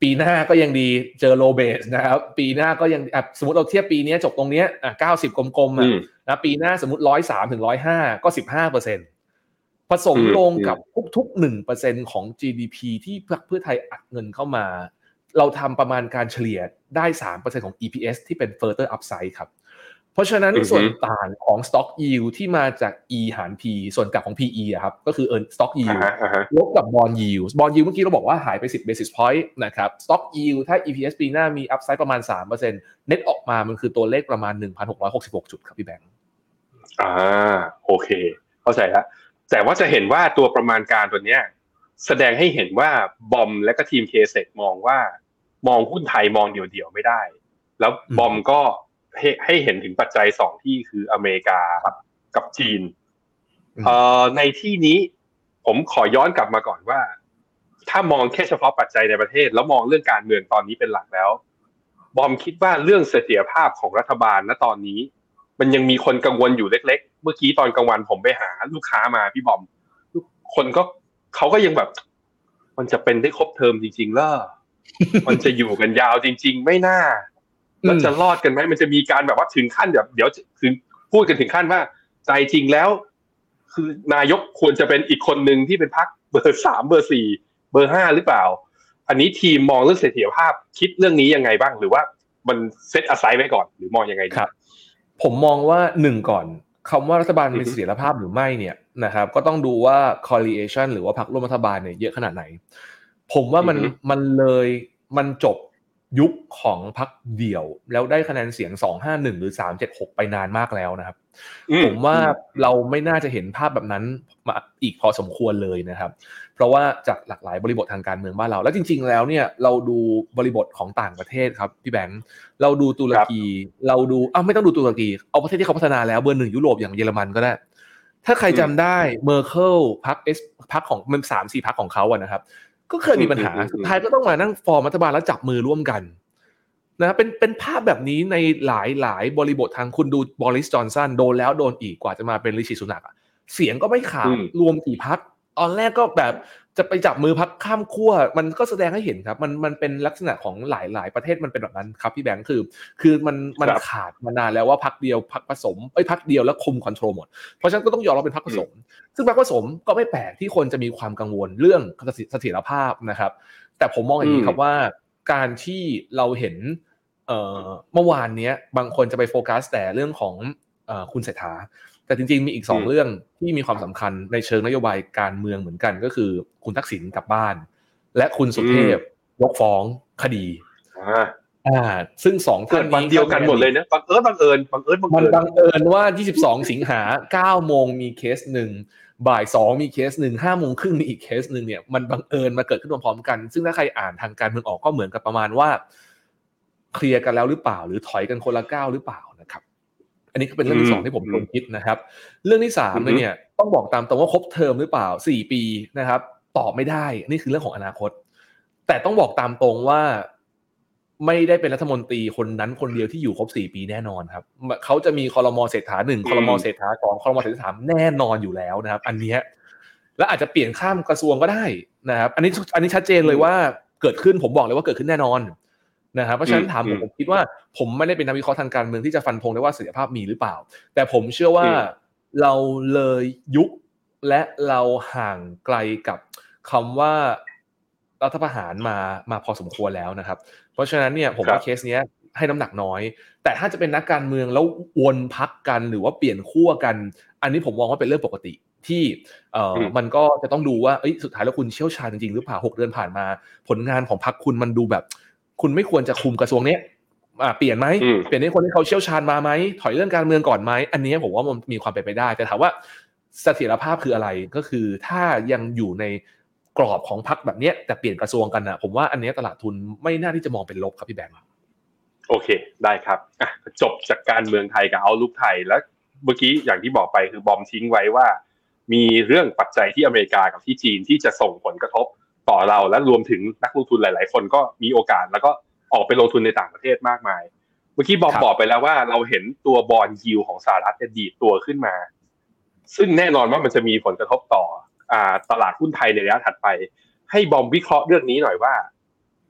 [SPEAKER 3] ปีหน้าก็ยังดีเจอโลเบสนะครับปีหน้าก็ยังสมมติเราเทียบปีนี้จบตรงเนี้ยอ่ะเก้าสิบกลมๆอ่ะนะปีหน้าสมมติหนึ่งร้อยสามถึงหนึ่งร้อยห้าก็ สิบห้าเปอร์เซ็นต์ ผสมลงกับทุกๆ หนึ่งเปอร์เซ็นต์ ของ จี ดี พี ที่พรรคเพื่อไทยอัดเงินเข้ามาเราทำประมาณการเฉลี่ยได้ สามเปอร์เซ็นต์ ของ อี พี เอส ที่เป็น further upside ครับเพราะฉะนั้นส่วนต่างของ stock yield ที่มาจาก E หาร P ส่วนกลับของ พี อี อ่ะครับก็คือ earn stock yield ลบกับ bond yield bond yield เมื่อกี้เราบอกว่าหายไปสิบ basis point นะครับ stock yield ถ้า อี พี เอส ปีหน้ามี upside ประมาณ สามเปอร์เซ็นต์ net ออกมามันคือตัวเลขประมาณ หนึ่งพันหกร้อยหกสิบหก จุดครับพี่แบงค์
[SPEAKER 2] อ่าโอเคเข้าใจแล้วแต่ว่าจะเห็นว่าตัวประมาณการตัวเนี้ยแสดงให้เห็นว่าบอมและก็ทีม เค เซก มองว่ามองหุ้นไทยมองเดี่ยวๆไม่ได้แล้วบอมก็ให้ให้เห็นถึงปัจจัยสองที่คืออเมริกากับจีนเอ่อในที่นี้ผมขอย้อนกลับมาก่อนว่าถ้ามองแค่เฉพาะปัจจัยในประเทศแล้วมองเรื่องการเมืองตอนนี้เป็นหลักแล้วบอมคิดว่าเรื่องเสถียรภาพของรัฐบาลณตอนนี้มันยังมีคนกังวลอยู่เล็กๆเมื่อกี้ตอนกลางวันผมไปหาลูกค้ามาพี่บอมคนก็เขาก็ยังแบบมันจะเป็นได้ครบเทอมจริงๆเหรอมันจะอยู่กันยาวจริงๆไม่น่าแล้วจะรอดกันไหมมันจะมีการแบบว่าถึงขั้นแบบเดี๋ยวถึงพูดกันถึงขั้นว่าใจจริงแล้วคือนายกควรจะเป็นอีกคนนึงที่เป็นพรรคเบอร์สามเบอร์สี่เบอร์ห้าหรือเปล่าอันนี้ทีมมองเรื่องเสถียรภาพคิดเรื่องนี้ยังไงบ้างหรือว่ามันเซตอะไซด์ไว้ก่อนหรือมองยังไง
[SPEAKER 3] ครับผมมองว่าหนึ่งก่อนคำว่ารัฐบาลมีเสถียรภาพหรือไม่เนี่ยนะครับก็ต้องดูว่า coalition หรือว่าพรรคร่วมรัฐบาลเนี่ยเยอะขนาดไหนผมว่ามันมันเลยมันจบยุคของพรรคเดี่ยวแล้วได้คะแนนเสียงสองห้าหนึ่งหรือสามเจ็ดหกไปนานมากแล้วนะครับผมว่าเราไม่น่าจะเห็นภาพแบบนั้นมาอีกพอสมควรเลยนะครับเพราะว่าจากหลากหลายบริบททางการเมืองบ้านเราแล้วจริงๆแล้วเนี่ยเราดูบริบทของต่างประเทศครับพี่แบงค์เราดูตุรกีเราดูอ้าวไม่ต้องดูตุรกีเอาประเทศที่เขาพัฒนาแล้วเบอร์หนึ่งยุโรปอย่างเยอรมันก็ได้ถ้าใครจำได้เมอร์เคิลพรรคเอสพรรคของมันสามสี่พรรคของเขาอะนะครับก็เคยมีปัญหาสุดท้ายก็ต้องมานั่งฟอร์มรัฐบาลแล้วจับมือร่วมกันนะเป็นเป็นภาพแบบนี้ในหลายหลายบริบททางคุณดูบอริสจอนสันโดนแล้วโดนอีกกว่าจะมาเป็นริชิสุนักเสียงก็ไม่ขาดรวมกี่พรรคตอนแรกก็แบบจะไปจับมือพรรคข้ามขั้วมันก็แสดงให้เห็นครับมันมันเป็นลักษณะของหลายหลายประเทศมันเป็นแบบนั้นครับพี่แบงค์คือคือมันมันขาดมานานแล้วว่าพรรคเดียวพรรคผสมเอ้ยพรรคเดียวแล้วคุมคอนโทรลหมดเพราะฉะนั้นก็ต้องยอมรับเป็นพรรคผสมซึ่งพรรคผสมก็ไม่แปลกที่คนจะมีความกังวลเรื่องเสถียรภาพนะครับแต่ผมมองอย่างนี้ครับว่าการที่เราเห็นเอ่อเมื่อวานนี้บางคนจะไปโฟกัสแต่เรื่องของเอ่อคุณเศรษฐาแต่จริงๆมีอีกสองเรื่องที่มีความสำคัญในเชิงนโยบายการเมืองเหมือนกันก็คือคุณทักษิณกลับบ้านและคุณสุเทพยกฟ้องคดีอ่าซึ่งสองท่านนี้
[SPEAKER 2] เดียวกันหมดเลยนะบังเอิญบังเอิญบังเอิญบังเอิญ
[SPEAKER 3] มันบังเอิญว่ายี่สิบสองสิงหาเก้าโมงมีเคสหนึ่งบ่ายสองมีเคสหนึ่งห้าโมงครึ่งมีอีกเคสหนึ่งเนี่ยมันบังเอิญมาเกิดขึ้นพร้อมๆกันซึ่งถ้าใครอ่านทางการเมืองออกก็เหมือนกับประมาณว่าเคลียร์กันแล้วหรือเปล่าหรือถอยกันคนละก้าวหรือเปล่านะครับอันนี้ก็เป็นเรื่องที่สองที่ผมคิดนะครับเรื่องที่สามเนี่ยต้องบอกตามตรงว่าครบเทอมหรือเปล่าสี่ปีนะครับตอบไม่ได้นี่คือเรื่องของอนาคตแต่ต้องบอกตามตรงว่าไม่ได้เป็นรัฐมนตรีคนนั้นคนเดียวที่อยู่ครบสี่ปีแน่นอนครับเขาจะมีครม.เศรษฐาหนึ่งครม.เศรษฐาสองครม.เศรษฐาสามแน่นอนอยู่แล้วนะครับอันนี้และอาจจะเปลี่ยนข้ามกระทรวงก็ได้นะครับอันนี้อันนี้ชัดเจนเลยว่าเกิดขึ้นผมบอกเลยว่าเกิดขึ้นแน่นอนนะครับเพราะฉะนั้นถามผมผมคิดว่าผมไม่ได้เป็นนักวิเคราะห์ทางการเมืองที่จะฟันธงได้ว่าเสถียรภาพมีหรือเปล่าแต่ผมเชื่อว่าเราเลยยุคและเราห่างไกลกับคำว่ารัฐประหารมามาพอสมควรแล้วนะครับเพราะฉะนั้นเนี่ยผมว่าเคสเนี้ยให้น้ำหนักน้อยแต่ถ้าจะเป็นนักการเมืองแล้ววนพักกันหรือว่าเปลี่ยนขั้วกันอันนี้ผมมองว่าเป็นเรื่องปกติที่เอ่อมันก็จะต้องดูว่าเอ้ยสุดท้ายแล้วคุณเชี่ยวชาญจริงๆหรือเปล่าหกเดือนผ่านมาผลงานของพรรคคุณมันดูแบบคุณไม่ควรจะคุมกระทรวงนี้อ่าเปลี่ยนไหมเปลี่ยนให้คนที่เขาเชี่ยวชาญมาไหมถอยเรื่องการเมืองก่อนไหมอันนี้ผมว่ามันมีความเป็นไปได้แต่ถามว่าเสถียรภาพคืออะไรก็คือถ้ายังอยู่ในกรอบของพรรคแบบนี้แต่เปลี่ยนกระทรวงกันนะผมว่าอันนี้ตลาดทุนไม่น่าที่จะมองเป็นลบครับพี่แบงค์
[SPEAKER 2] โอเคได้ครับอ่ะจบจากการเมืองไทยกับเอาลุกไทยแล้วเมื่อกี้อย่างที่บอกไปคือบอมทิ้งไว้ว่ามีเรื่องปัจจัยที่อเมริกากับที่จีนที่จะส่งผลกระทบต่อเราและรวมถึงนักลงทุนหลายๆคนก็มีโอกาสแล้วก็ออกไปลงทุนในต่างประเทศมากมายเมื่อกี้บอมบอกไปแล้วว่าเราเห็นตัวบอนด์ยิลด์ของสหรัฐดีดตัวขึ้นมาซึ่งแน่นอนว่ามันจะมีผลกระทบต่ออ่าตลาดหุ้นไทยในระยะถัดไปให้บอมวิเคราะห์เรื่องนี้หน่อยว่า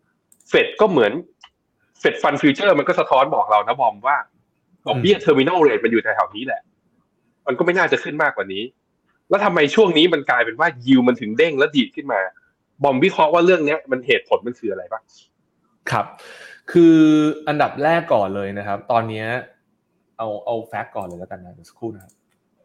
[SPEAKER 2] เฟดก็เหมือนเฟดฟันฟิวเจอร์มันก็สะท้อนบอกเรานะบอมว่าดอกเบี้ยเทอร์มินอลเรทมันอยู่แถวๆนี้แหละมันก็ไม่น่าจะขึ้นมากกว่านี้แล้วทำไมช่วงนี้มันกลายเป็นว่ายิวมันถึงเด้งและดีดขึ้นมาบอมวิเคราะห์ว่าเรื่องนี้มันเหตุผลมันคืออะไรบ้าง
[SPEAKER 3] ครับคืออันดับแรกก่อนเลยนะครับตอนนี้เอาเอาแฟกต์ก่อนเลยแล้วกันนะสักครู่นะครับ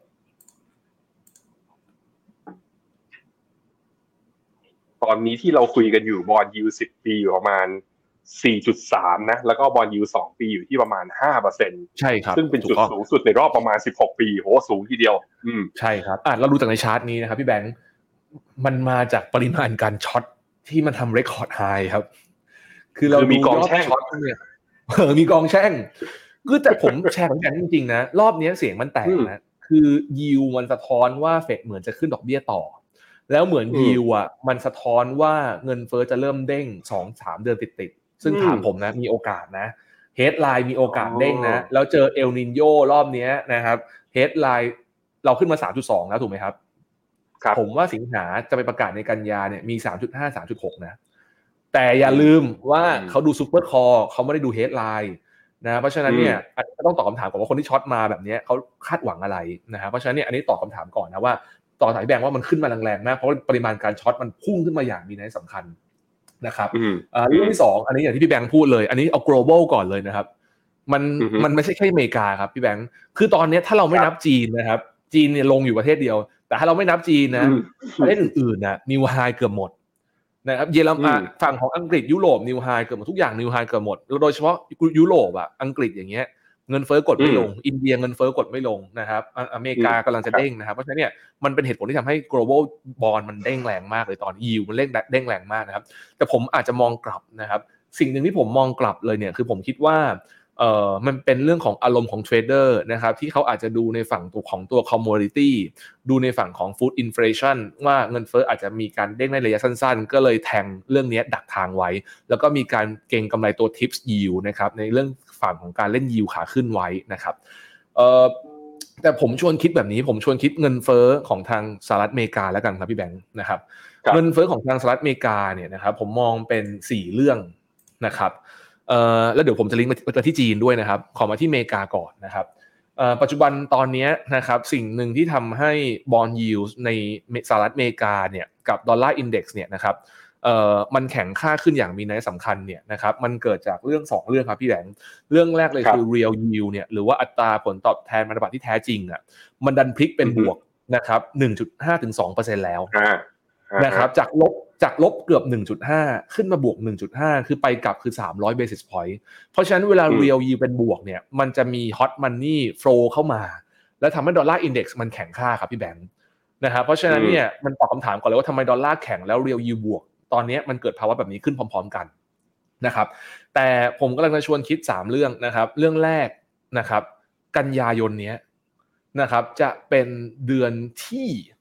[SPEAKER 2] ตอนนี้ที่เราคุยกันอยู่บอนด์ยิวสิบปีอยู่ประมาณ สี่จุดสาม นะแล้วก็บอนด์ยิวสองปีอยู่ที่ประมาณ ห้าเปอร์เซ็นต์
[SPEAKER 3] ใช่ครับ
[SPEAKER 2] ซึ่งเป็นจุดสูงสุดในรอบประมาณสิบหกปีโหสูงทีเดียวอืม
[SPEAKER 3] ใช่ครับอ่ะเราดูจากในชาร์ตนี้นะครับพี่แบงค์มันมาจากปริมาณการช็อตที่มันทำเรคคอร์ดไฮครับคือเรา
[SPEAKER 2] มีกองแช่ง
[SPEAKER 3] ช็อตเนี่ยเออมีกองแช่งคือแต่ผมแชร์ของกันจริงๆนะรอบนี้เสียงมันแตกนะคือยิวมันสะท้อนว่าเฟดเหมือนจะขึ้นดอกเบี้ยต่อแล้วเหมือนยิวอ่ะมันสะท้อนว่าเงินเฟ้อจะเริ่มเด้ง สองถึงสาม เดือนติดๆซึ่งถามผมนะมีโอกาสนะเฮดไลน์มีโอกาสเด้งนะแล้วเจอเอลนิโญรอบนี้นะครับเฮดไลน์เราขึ้นมา สามจุดสอง แล้วถูกไหมครับผมว่าสิงหาจะไปประกาศในกันยาเนี่ยมี สามจุดห้า สามจุดหก นะแต่อย่าลืมว่าเขาดูซุปเปอร์คอร์เขาไม่ได้ดูเฮดไลน์นะเพราะฉะนั้นเนี่ยต้องตอบคำถามก่อนว่าคนที่ช็อตมาแบบนี้เขาคาดหวังอะไรนะครับเพราะฉะนั้นเนี่ยอันนี้ตอบคำถามก่อนนะว่าต่อสายแบ่งว่ามันขึ้นมาแรงๆมากเพราะปริมาณการช็อตมันพุ่งขึ้นมาอย่างมีนัยสำคัญนะครับเรื่องที่สองอันนี้อย่างที่พี่แบงค์พูดเลยอันนี้เอา global ก่อนเลยนะครับมันมันไม่ใช่แค่อเมริกาครับพี่แบงค์คือตอนนี้ถ้าเราไม่นับจีนนะครับจีนเนี่ยลงอยู่ประเทศเดียวแต่ถ้าเราไม่นับจีนนะประเทศอื่นๆนะนิวไฮเกือบหมดนะครับเยอรมันฝั่งของอังกฤษยุโรปนิวไฮเกือบหมดทุกอย่างนิวไฮเกือบหมดโดยเฉพาะยุโรปอ่ะอังกฤษอย่างเงี้ยเงินเฟ้อกดไม่ลงอินเดียเงินเฟ้อกดไม่ลงนะครับอเมริกากำลังจะเด้งนะครับเพราะฉะนั้นเนี่ยมันเป็นเหตุผลที่ทำให้ global bond มันเด้งแรงมากเลยตอน yield มันเด้งเด้งแรงมากนะครับแต่ผมอาจจะมองกลับนะครับสิ่งหนึ่งที่ผมมองกลับเลยเนี่ยคือผมคิดว่าเอ่อมันเป็นเรื่องของอารมณ์ของเทรดเดอร์นะครับที่เขาอาจจะดูในฝั่งตัวของตัว commodity ดูในฝั่งของ food inflation ว่าเงินเฟ้ออาจจะมีการเด้งในระยะสั้นๆก็เลยแทงเรื่องนี้ดักทางไว้แล้วก็มีการเก็งกำไรตัว tips yield นะครับในเรื่องฝั่งของการเล่น yield ขาขึ้นไว้นะครับเอ่อแต่ผมชวนคิดแบบนี้ผมชวนคิดเงินเฟ้อของทางสหรัฐอเมริกาแล้วกันครับพี่แบงค์นะครับเงินเฟ้อของทางสหรัฐอเมริกาเนี่ยนะครับผมมองเป็นสี่เรื่องนะครับเอ่อแล้วเดี๋ยวผมจะลิงก์มาที่จีนด้วยนะครับขอมาที่อเมริกาก่อนนะครับเอ่อปัจจุบันตอนนี้นะครับสิ่งหนึ่งที่ทำให้ bond yield ในสหรัฐอเมริกาเนี่ยกับดอลลาร์อินเด็กซ์เนี่ยนะครับเอ่อมันแข็งค่าขึ้นอย่างมีนัยสำคัญเนี่ยนะครับมันเกิดจากเรื่องสองเรื่องครับพี่แหลงเรื่องแรกเลยคือ real yield เนี่ยหรือว่าอัตราผลตอบแทนพันธบัตรที่แท้จริงอ่ะมันดันพลิกเป็นบวกนะครับ หนึ่งจุดห้าถึงสองเปอร์เซ็นต์ แล้วนะครับจากลบจากลบเกือบ หนึ่งจุดห้า ขึ้นมาบวก หนึ่งจุดห้า คือไปกลับคือสามร้อย basis point เพราะฉะนั้นเวลา real yield เป็นบวกเนี่ยมันจะมี hot money flow เข้ามาแล้วทำให้ดอลลาร์อินเด็กซ์มันแข็งค่าครับพี่แบงค์นะครับเพราะฉะนั้นเนี่ยมันตอบคำถามก่อนเลยว่าทำไมดอลลาร์แข็งแล้ว real yield บวกตอนนี้มันเกิดภาวะแบบนี้ขึ้นพร้อมๆกันนะครับแต่ผมกำลังจะชวนคิดสามเรื่องนะครับเรื่องแรกนะครับกันยายนนี้นะครับจะเป็นเดือนที่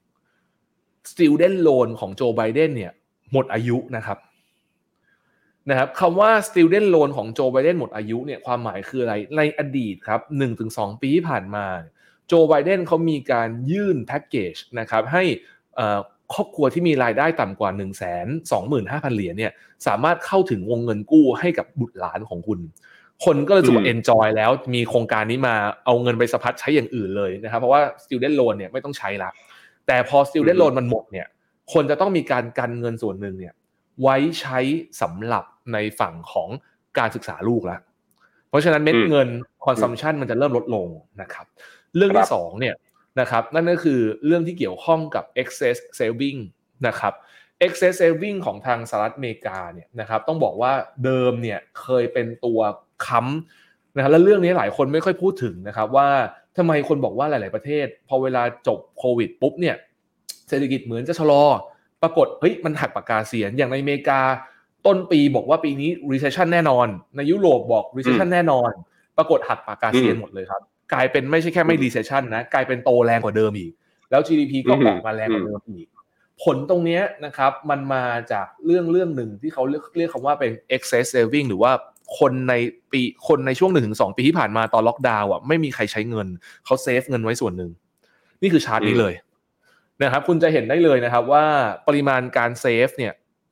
[SPEAKER 3] student loan ของโจไบเดนเนี่ยหมดอายุนะครับนะครับคำว่า student loan ของโจไบเดนหมดอายุเนี่ยความหมายคืออะไรในอดีตครับ หนึ่งถึงสอง ปีที่ผ่านมาโจไบเดนเขามีการยื่นแพ็คเกจนะครับให้ครอบครัวที่มีรายได้ต่ำกว่า หนึ่งแสนสองหมื่นห้าพัน เหรียญเนี่ยสามารถเข้าถึงวงเงินกู้ให้กับบุตรหลานของคุณคนก็เลยรู้สึกว่า enjoy แล้วมีโครงการนี้มาเอาเงินไปสะพัดใช้อย่างอื่นเลยนะครับเพราะว่า student loan เนี่ยไม่ต้องใช้ละแต่พอ student loan มันหมดเนี่ยคนจะต้องมีการกันเงินส่วนหนึ่งเนี่ยไว้ใช้สำหรับในฝั่งของการศึกษาลูกแล้วเพราะฉะนั้นเม็ดเงิน consumption มันจะเริ่มลดลงนะครับเรื่องที่สองเนี่ยนะครับนั่นก็คือเรื่องที่เกี่ยวข้องกับ excess saving นะครับ excess saving ของทางสหรัฐอเมริกาเนี่ยนะครับต้องบอกว่าเดิมเนี่ยเคยเป็นตัวค้ำนะครับและเรื่องนี้หลายคนไม่ค่อยพูดถึงนะครับว่าทำไมคนบอกว่าหลายๆประเทศพอเวลาจบโควิดปุ๊บเนี่ยเศรษฐกิจเหมือนจะชะลอปรากฏเฮ้ยมันหักปากกาเสียนอย่างในอเมริกาต้นปีบอกว่าปีนี้ recession แน่นอนในยุโรปบอก recession แน่นอนปรากฏหักปากกาเสียนหมดเลยครับกลายเป็นไม่ใช่แค่ไม่ recession นะกลายเป็นโตแรงกว่าเดิมอีกแล้ว จี ดี พี ก็ออกมาแรงกว่าเดิมอีกผลตรงนี้นะครับมันมาจากเรื่องเรื่องหนึ่งที่เขาเรียกเรียกคำว่าเป็น excess saving หรือว่าคนในปีคนในช่วง หนึ่งถึงสอง ปีที่ผ่านมาตอนล็อกดาวน์อ่ะไม่มีใครใช้เงินเขาเซฟเงินไว้ส่วนหนึ่งนี่คือชาร์ตนี้เลยนะครับคุณจะเห็นได้เลยนะครับว่าปริมาณการเซฟเนี่ย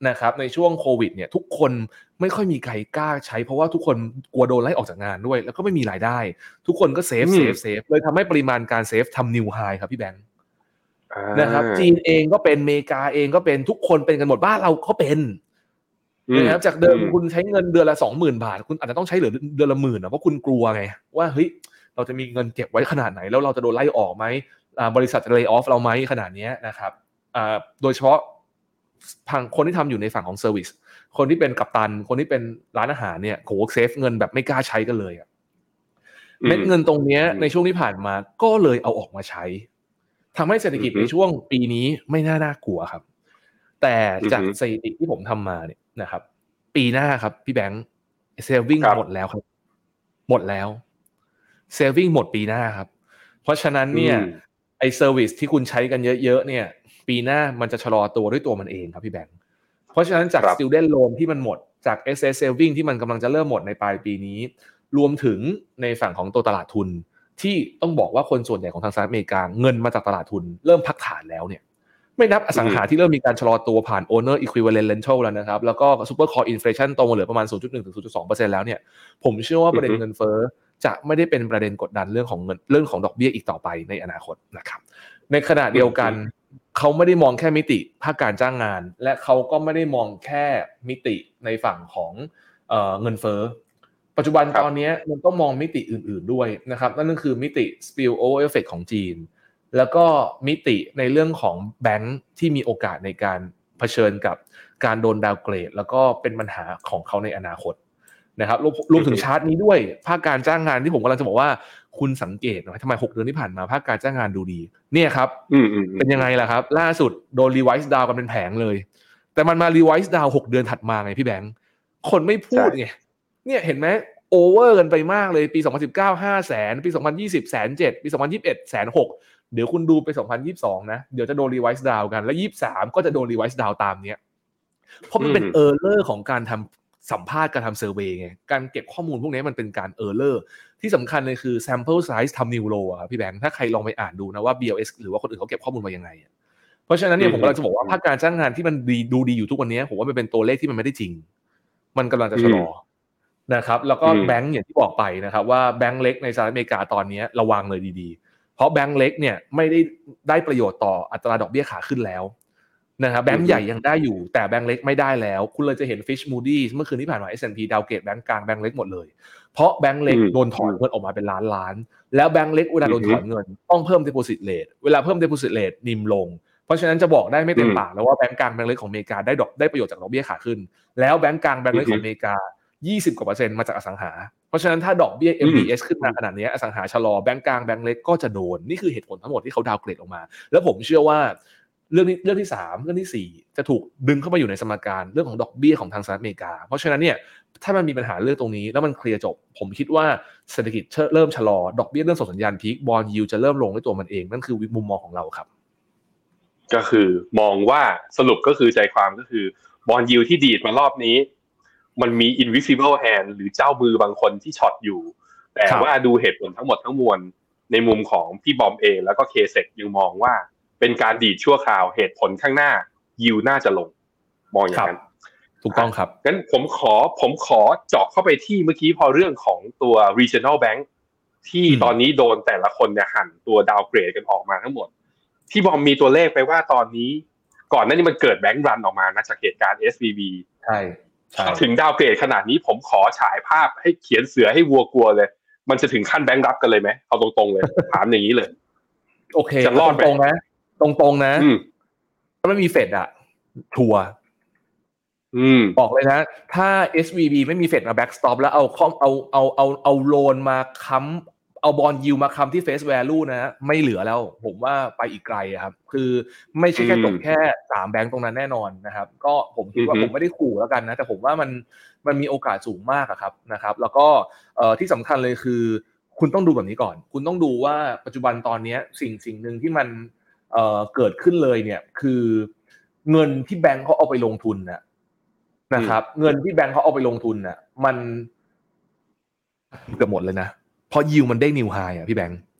[SPEAKER 3] นะครับในช่วงโควิดเนี่ยทุกคนไม่ค่อยมีใครกล้าใช้เพราะว่าทุกคนกลัวโดนไล่ออกจากงานด้วยแล้วก็ไม่มีรายได้ทุกคนก็เซฟเซฟเซฟเลยทำให้ปริมาณการเซฟทำนิวไฮครับพี่แบงค์นะครับจีนเองก็เป็นอเมริกาเองก็เป็นทุกคนเป็นกันหมดบ้านเราก็เป็นนะครับจากเดิมคุณใช้เงินเดือนละ สองหมื่น บาทคุณอาจจะต้องใช้เหลือเดือนละหมื่นนะเพราะคุณกลัวไงว่าเฮ้ยเราจะมีเงินเก็บไว้ขนาดไหนแล้วเราจะโดนไล่ออกไหมบริษัทจะเลย์ออฟเราไหมขนาดนี้นะครับโดยเฉพาะทางคนที่ทำอยู่ในฝั่งของเซอร์วิสคนที่เป็นกัปตันคนที่เป็นร้านอาหารเนี่ยโหเซฟเงินแบบไม่กล้าใช้กันเลยอะเม็ดเงินตรงนี้ในช่วงที่ผ่านมาก็เลยเอาออกมาใช้ทำให้เศรษฐกิจในช่วงปีนี้ไม่น่าน่ากลัวครับแต่จากสถิติที่ผมทำมาเนี่ยนะครับปีหน้าครับพี่แบงค์เซฟวิ่งหมดแล้วครับหมดแล้วเซฟวิ่งหมดปีหน้าครับเพราะฉะนั้นเนี่ยไอ้เซอร์วิสที่คุณใช้กันเยอะๆเนี่ยปีหน้ามันจะชะลอตัวด้วยตัวมันเองครับพี่แบงค์เพราะฉะนั้นจาก student loan ที่มันหมดจาก เอส เอส saving ที่มันกำลังจะเริ่มหมดในปลายปีนี้รวมถึงในฝั่งของตัวตลาดทุนที่ต้องบอกว่าคนส่วนใหญ่ของทางสหรัฐอเมริกาเงินมาจากตลาดทุนเริ่มพักฐานแล้วเนี่ยไม่นับอสังหาที่เริ่มมีการชะลอตัวผ่าน owner equivalent rental แล้วนะครับแล้วก็ super core inflation โตมาเหลือประมาณ ศูนย์จุดหนึ่งถึงศูนย์จุดสองเปอร์เซ็นต์ แล้วเนี่ยผมเชื่อว่าประเด็นเงินเฟ้อจะไม่ได้เป็นประเด็นกดดันเรื่องของเงินเรื่องของดอกเบี้ยอีกต่อไปในอนาคตนะครับในขณะเดียวกันเขาไม่ได้มองแค่มิติภาคการจ้างงานและเขาก็ไม่ได้มองแค่มิติในฝั่งของเอ่อเงินเฟ้อปัจจุบันตอนนี้มันต้องมองมิติอื่นๆด้วยนะครับนั่นก็คือมิติ spill over effect ของจีนแล้วก็มิติในเรื่องของแบงค์ที่มีโอกาสในการเผชิญกับการโดนดาวเกรดแล้วก็เป็นปัญหาของเขาในอนาคตนะครับรวมถึงชาร์ตนี้ด้วยภาคการจ้างงานที่ผมกำลังจะบอกว่าคุณสังเกตหน่อยทำไมหกเดือนที่ผ่านมาภาคการจ้างงานดูดีเนี่ยครับเป็นยังไงล่ะครับล่าสุดโดนรีไวซ์ดาวกันเป็นแผงเลยแต่มันมารีไวซ์ดาวหกเดือนถัดมาไงพี่แบงค์คนไม่พูดไงเนี่ยเห็นไหมโอเวอร์กันไปมากเลยปีสองพันสิบเก้า ห้าแสนปีสองพันยี่สิบ แสนเจ็ดปีสองพันยี่สิบเอ็ดแสนหกเดี๋ยวคุณดูไปสองพันยี่สิบสองนะเดี๋ยวจะโดนรีไวซ์ดาวกันแล้วยี่สิบสามก็จะโดนรีไวซ์ดาวตามเนี้ยเพราะมันเป็นเออร์เลอร์ของการทำสัมภาษณ์การทำเซอร์เวย์ไงการเก็บข้อมูลพวกนี้มันเป็นการเออร์เลอร์ที่สำคัญเลยคือ sample size ทำ new low อ่ะพี่แบงค์ถ้าใครลองไปอ่านดูนะว่า บี แอล เอส หรือว่าคนอื่นเขาเก็บข้อมูลมายังไงเพราะฉะนั้นเนี่ยผมกำลังจะบอกว่าภาคการจ้างงานที่มันดีดูดีอยู่ทุกวันนี้ผมว่ามันเป็นตัวเลขที่มันไม่ได้จริงมันกำลังจะชะลอนะครับแล้วก็แบงค์อย่างที่บอกไปนะครับว่าแบงค์เล็กในสหรัฐอเมริกาตอนนี้ระวังเลยดีๆเพราะแบงค์เล็กเนี่ยไม่ได้ได้ประโยชน์ต่ออัตราดอกเบี้ยขาขึ้นแล้วนะครับแบงค์ใหญ่ยังได้อยู่แต่แบงค์เล็กไม่ได้แล้วคุณเลยจะเห็น Fitch Moody's เมื่อคืนที่ผ่านมา เอส แอนด์ พี ดาวเกรดแบงค์กลางแบงค์เล็กหมดเลยเพราะแบงค์เล็กโดนถอนเงินออกมาเป็นล้านล้านแล้วแบงค์เล็กเวลาโดนถอนเงินต้องเพิ่ม deposit rate เวลาเพิ่ม deposit rate นิ่มลงเพราะฉะนั้นจะบอกได้ไม่เต็มปากแล้วว่าแบงค์กลางแบงค์เล็กของอเมริกาได้ดอกได้ประโยชน์จากดอกเบี้ยขาขึ้นแล้วแบงค์กลางแบงค์เล็กของอเมริกายี่สิบกว่าเปอร์เซ็นต์มาจากอสังหาเพราะฉะนั้นถ้าดอกเบี้ย เอ็ม ดี เอส ขึ้นมาขนาดนี้อสังหาชะลอแบงค์กลางแบงค์เล็กก็จะโดนนี่คือเหตุผลทั้งหมดที่เขาดาวเกรดออกมาแล้วผมเชื่อว่าเรื่องนี้เรื่องที่สามเรื่องที่สี่จะถูกดึงเข้ามาอยู่ในสมการเรื่องของดอกเบี้ยของทางสหรัฐอเมริกาเพราะฉะนั้นเนี่ยถ้ามันมีปัญหาเรื่องตรงนี้แล้วมันเคลียร์จบผมคิดว่าเศรษฐกิจเริ่มชะลอดอกเบี้ยเริ่มส่งสัญญาณพีคบอนด์ยิลด์จะเริ่มลงด้วยตัวมันเองนั่นคือมุมมองของเราครับ
[SPEAKER 2] ก็คือมองว่าสรุปก็คือใจความก็คือบอนด์ยิลด์ที่ดีดมารอบนี้มันมี invisible hand หรือเจ้ามือบางคนที่ช็อตอยู่แต่ว่าดูเหตุผลทั้งหมดทั้งมวลในมุมของพี่บอมเองแล้วก็ เค เซ ยังมองว่าเป็นการดีดชั่วคราวเหตุผลข้างหน้ายิวน่าจะลงมองอย่างนั้น
[SPEAKER 3] ถูกต้องครับ
[SPEAKER 2] งั้นผมขอผมขอเจาะเข้าไปที่เมื่อกี้พอเรื่องของตัว regional bank ที่ตอนนี้โดนแต่ละคนเนี่ยหั่นตัวดาวเกรดกันออกมาทั้งหมดพี่บอมมีตัวเลขไปว่าตอนนี้ก่อนหน้านี้มันเกิดแบงก์รันออกมานะจากเหตุการณ์ เอส วี บี
[SPEAKER 3] ใช่
[SPEAKER 2] ถึงดาวเกรดขนาดนี้ผมขอฉายภาพให้เขียนเสือให้วัวกลัวเลยมันจะถึงขั้นแบงก์รับกันเลยไหมเอาตรงๆเลย ถามอย่างนี้เลย
[SPEAKER 3] โอเคจะรอดตรงๆนะตรงๆนะถ้าไม่มีเฟดอะทัวร์บอกเลยนะถ้า เอส วี บี ไม่มีเฟดมาแบ็กสต็อปแล้วเอาเอาเอาเอาเอาโลนมาค้ำเอาบอนด์ยิลด์มาค้ำที่เฟสแวลูนะไม่เหลือแล้วผมว่าไปอีกไกลครับคือไม่ใช่แค่ตกแค่สามแบงค์ตรงนั้นแน่นอนนะครับก็ผมคิดว่าผมไม่ได้ขู่แล้วกันนะแต่ผมว่ามันมันมีโอกาสสูงมากครับนะครับแล้วก็ที่สำคัญเลยคือคุณต้องดูแบบนี้ก่อนคุณต้องดูว่าปัจจุบันตอนนี้สิ่งสิ่งหนึ่งที่มันเอ่อเกิดขึ้นเลยเนี่ยคือเงินที่แบงค์เขาเอาไปลงทุนนะนะครับเงินที่แบงค์เขาเอาไปลงทุนน่ะมันเกือบหมดเลยนะเพราะยิวมันได้นิวไฮอ่ะพี่แบงค์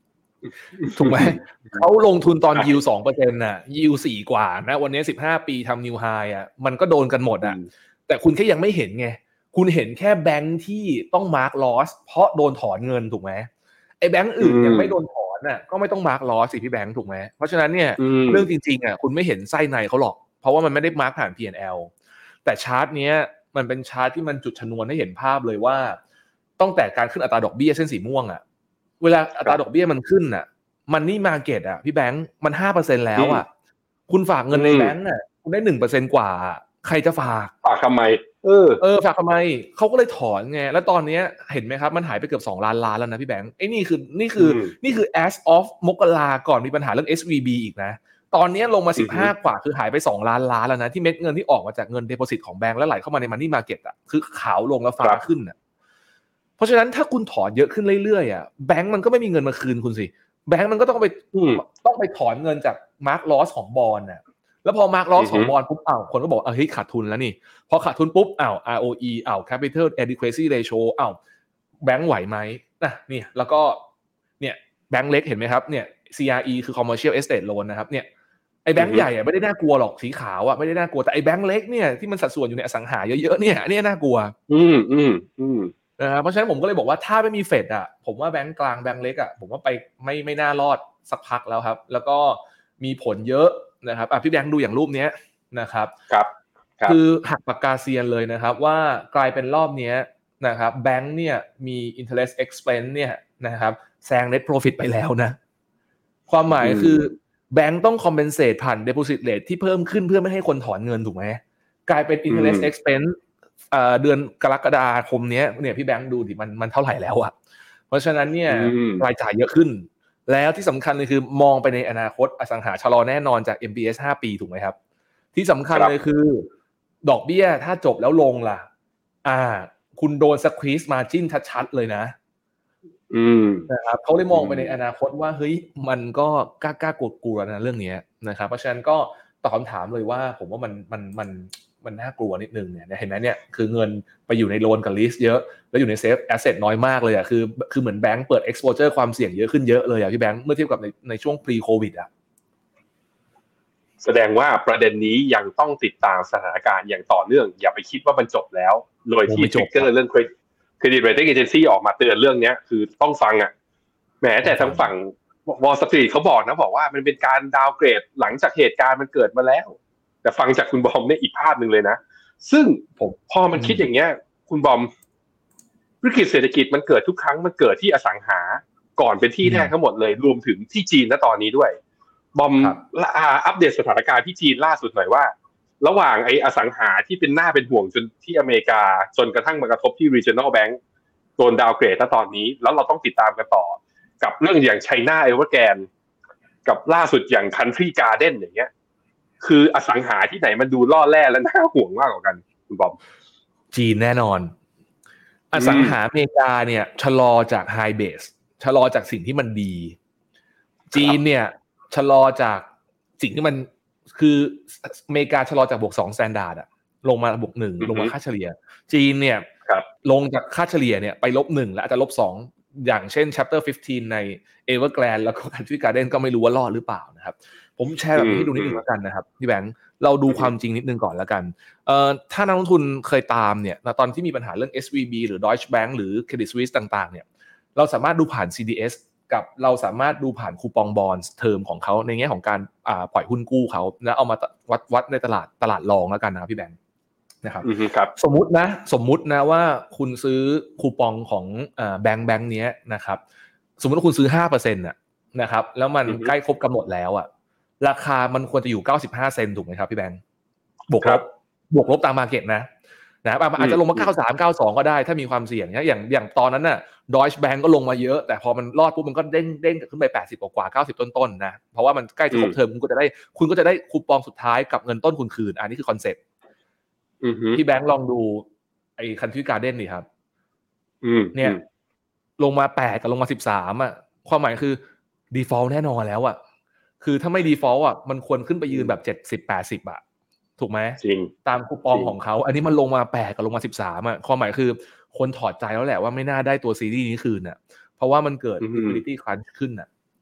[SPEAKER 3] ถูกไหม เขาลงทุนตอน yield สองเปอร์เซ็นต์ น่ะ yield สี่กว่านะวันนี้สิบห้าปีทำ new high อ่ะมันก็โดนกันหมดอ่ะแต่คุณแค่ยังไม่เห็นไงคุณเห็นแค่แบงค์ที่ต้อง mark loss เพราะโดนถอนเงินถูกไหมไอ้แบงค์อื่นยังไม่โดนถอนน่ะก็ไม่ต้อง mark loss สิพี่แบงค์ถูกไหมเพราะฉะนั้นเนี่ยเรื่องจริงๆอ่ะคุณไม่เห็นไส้ในเขาหรอกเพราะว่ามันไม่ได้ mark ผ่าน พี แอนด์ แอล แต่ชาร์ตเนี้ยมันเป็นชาร์ตที่มันจุดชนวนให้เห็นภาพเลยว่าตั้งแต่การขึ้นอัตราดอกเบี้ยเส้นสีม่วงอ่ะเวลาอัตราดอกเบี้ยมันขึ้นอ่ะมันนี่มาเก็ตอ่ะพี่แบงค์มัน ห้าเปอร์เซ็นต์ แล้วอ่ะคุณฝากเงินในแบงค์น่ะคุณได้ หนึ่งเปอร์เซ็นต์ กว่าใครจะฝาก
[SPEAKER 2] ฝากทำไมเออ
[SPEAKER 3] เออฝากทำไมเขาก็เลยถอนไงแล้วตอนนี้เห็นไหมครับมันหายไปเกือบสองล้านล้านแล้วนะพี่แบงค์ไอ้นี่คือนี่คือนี่คือ as of มกราก่อนมีปัญหาเรื่อง เอส วี บี อีกนะตอนนี้ลงมาสิบห้ากว่าคือหายไปสองล้านล้านแล้วนะที่เม็ดเงินที่ออกมาจากเงิน deposit ของแบงค์แล้วไหลเข้ามาใน money market อ่ะคือขาวลงแล้วฟ้าขึ้นอ่ะเพราะฉะนั้นถ้าคุณถอนเยอะขึ้นเรื่อยๆอ่ะแบงค์มันก็ไม่มีเงินมาคืนคุณสิแบงค์มันก็ต้องไปต้องไปถอนเงินจาก mark loss ของบอนด์น่ะแล้วพอ mark loss ของบอนด์ปุ๊บอ้าวคนก็บอกเฮ้ยขาดทุนแล้วนี่พอขาดทุนปุ๊บอ้าว อาร์ โอ อี อ้าว capital adequacy ratio อ้าวแบงค์ไหวไหมนะนี่แล้วก็เนี่ยแบงค์เล็กเห็นไหมครับเนี่ย ซี อาร์ อี คือ commercial estate loan นะครับเนี่ยไอ้แบงค์ใหญ่อะไม่ได้น่ากลัวหรอกสีขาวอะไม่ได้น่ากลัวแต่ไอ้แบงค์เล็กเนี่ยที่มันสัดส่วนอยู่ในอสังหาเยอะๆเนี่ยเนี่ยน่ากลัว
[SPEAKER 2] อืมอืมอืม
[SPEAKER 3] นะครับเพราะฉะนั้นผมก็เลยบอกว่าถ้าไม่มีเฟดอะผมว่าแบงค์กลางแบงค์เล็กอะผมว่าไปไม่ไม่น่ารอดสักพักแล้วครับแล้วก็มีผลเยอะนะครับอ่ะพี่แบงค์ดูอย่างรูปนี้นะครับ
[SPEAKER 2] ครับ
[SPEAKER 3] คือหักปากกาเซียนเลยนะครับว่ากลายเป็นรอบนี้นะครับแบงค์เนี่ยมี interest expense เนี่ยนะครับแซง net profit ไปแล้วนะความหมายคือแบงค์ต้อง compensate ผ่าน deposit rate ที่เพิ่มขึ้นเพื่อไม่ให้คนถอนเงินถูกไหมกลายเป็น interest expense เอ่อเดือนกรกฎาคมนี้เนี่ยพี่แบงค์ดูดิมันมันเท่าไหร่แล้วอ่ะเพราะฉะนั้นเนี่ยรายจ่ายเยอะขึ้นแล้วที่สำคัญเลยคือมองไปในอนาคตอสังหาชะลอแน่นอนจาก เอ็ม บี เอส ห้าปีถูกไหมครับที่สำคัญเลยคือดอกเบี้ยถ้าจบแล้วลงล่ะอ่าคุณโดน squeeze margin ชัดๆเลยนะ
[SPEAKER 2] อืม
[SPEAKER 3] นะครับเขาเลยมองไปในอนาคตว่าเฮ้ยมันก็กล้ากลัวๆนะเรื่องนี้นะครับเพราะฉะนั้นก็ตอบคำถามเลยว่าผมว่ามันมันมันมันน่ากลัวนิดนึงเนี่ยเห็นไหมเนี่ยคือเงินไปอยู่ในโลนกับลิสเยอะแล้วอยู่ในเซฟแอสเซทน้อยมากเลยอ่ะคือคือเหมือนแบงก์เปิด exposure ความเสี่ยงเยอะขึ้นเยอะเลยอ่ะพี่แบงค์เมื่อเทียบกับในในช่วง pre covid อ่ะ
[SPEAKER 2] แสดงว่าประเด็นนี้ยังต้องติดตามสถานการณ์อย่างต่อเนื่องอย่าไปคิดว่ามันจบแล้วโดยที่ทริกเกอร์เรื่อง credit rating agency ออกมาเตือนเรื่องนี้คือต้องฟังอ่ะแม้แต่ทางฝั่ง Wall Street เขาบอกนะบอกว่ามันเป็นการดาวเกรดหลังจากเหตุการณ์มันเกิดมาแล้วแต่ฟังจากคุณบอมเนี่ยอีกภาพนึงเลยนะซึ่งผมพอมันคิดอย่างเงี้ยคุณบอมวิกฤตเศรษฐกิจมันเกิดทุกครั้งมันเกิดที่อสังหาก่อนเป็นที่แรกทั้งหมดเลยรวมถึงที่จีนณตอนนี้ด้วยบอมอัปเดตสถานการณ์ที่จีนล่าสุดหน่อยว่าระหว่างไอ้อสังหาที่เป็นหน้าเป็นห่วงจนที่อเมริกาจนกระทั่งมากระทบที่ Regional Bank โดนดาวเกรดณตอนนี้แล้วเราต้องติดตามกันต่อกับเรื่องอย่าง China Evergrande กับล่าสุดอย่าง Country Garden อย่างเงี้ยคืออสังหาที่ไหนมันดูล่อแร่และน่าห่วงมากกว่ากันคุณบอม
[SPEAKER 3] จีนแน่นอนอสังหาอเมริกาเนี่ยชะลอจากไฮเบสชะลอจากสิ่งที่มันดีจีนเนี่ยชะลอจากสิ่งที่มันคืออเมริกาชะลอจากบวกสองสแตนดาร์ดอะลงมาบวกหนึ่งลงมาค่าเฉลี่ยจีนเนี่ยลงจากค่าเฉลี่ยเนี่ยไปลบหนึ่งแล้วอาจจะลบสองอย่างเช่น chapter สิบห้าใน Evergrande แล้วก็ Country Garden ก็ไม่รู้ว่ารอดหรือเปล่านะครับผมแชร์แบบนี้ให้ดูนิดนึงแล้วกันนะครับพี่แบงค์เราดูความจริงนิดนึงก่อนแล้วกันเอ่อถ้านักลงทุนเคยตามเนี่ยตอนที่มีปัญหาเรื่อง เอส วี บี หรือ Deutsche Bank หรือ Credit Suisse ต่างๆเนี่ยเราสามารถดูผ่าน ซี ดี เอส กับเราสามารถดูผ่านคูปองบอนด์เทอมของเขาในแง่ของการอ่าปล่อยหุ้นกู้เขาแล้วเอามาวัดวัดในตลาดตลาดรองแล้วกันนะพี่แบงค์นะครับสมมุตินะสมมุตินะว่าคุณซื้อคูปองของอ่าแบงค์แบงค์เนี้ยนะครับสมมุติว่าคุณซื้อ ห้าเปอร์เซ็นต์ น่ะนะครับแล้วมันใกล้ครบกำหนดแล้วอ่ะราคามันควรจะอยู่เก้าสิบห้าเซนต์ถูกไหมครับพี่แบงค์บวกลบบวกลบตามมาร์เก็ตนะนะครับอาจจะลงมาเก้าสิบสาม เก้าสิบสองก็ได้ถ้ามีความเสี่ยงนะอย่างอย่างตอนนั้นน่ะ Deutsche Bank ก็ลงมาเยอะแต่พอมันรอดปุ๊บมันก็เด้งเด้งขึ้นไปแปดสิบกว่าเก้าสิบต้นๆนะเพราะว่ามันใกล้จะครบเทอมคุณก็จะได้คุณก็จะได้คูปองสุดท้ายกับเงินต้นคุณคืนอันนี้คือคอนเซ็ปต์พี่แบงค์ลองดูไอ้ Country Garden นี่ครับเนี่ยลงมาแปดกับลงมาสิบสามอ่ะความหมายคือ default แน่นอนแล้วอ่ะคือถ้าไม่ default อ่ะมันควรขึ้นไปยืนแบบเจ็ดสิบ แปดสิบอ่ะถูกไหม
[SPEAKER 2] จริง
[SPEAKER 3] ตามคูปองของเขาอันนี้มันลงมาแปดกับลงมาสิบสามอ่ะความหมายคือคนถอดใจแล้วแหละว่าไม่น่าได้ตัวซีรีส์นี้คืนน่ะเพราะว่ามันเกิด liquidity crunch ขึ้นน่ะ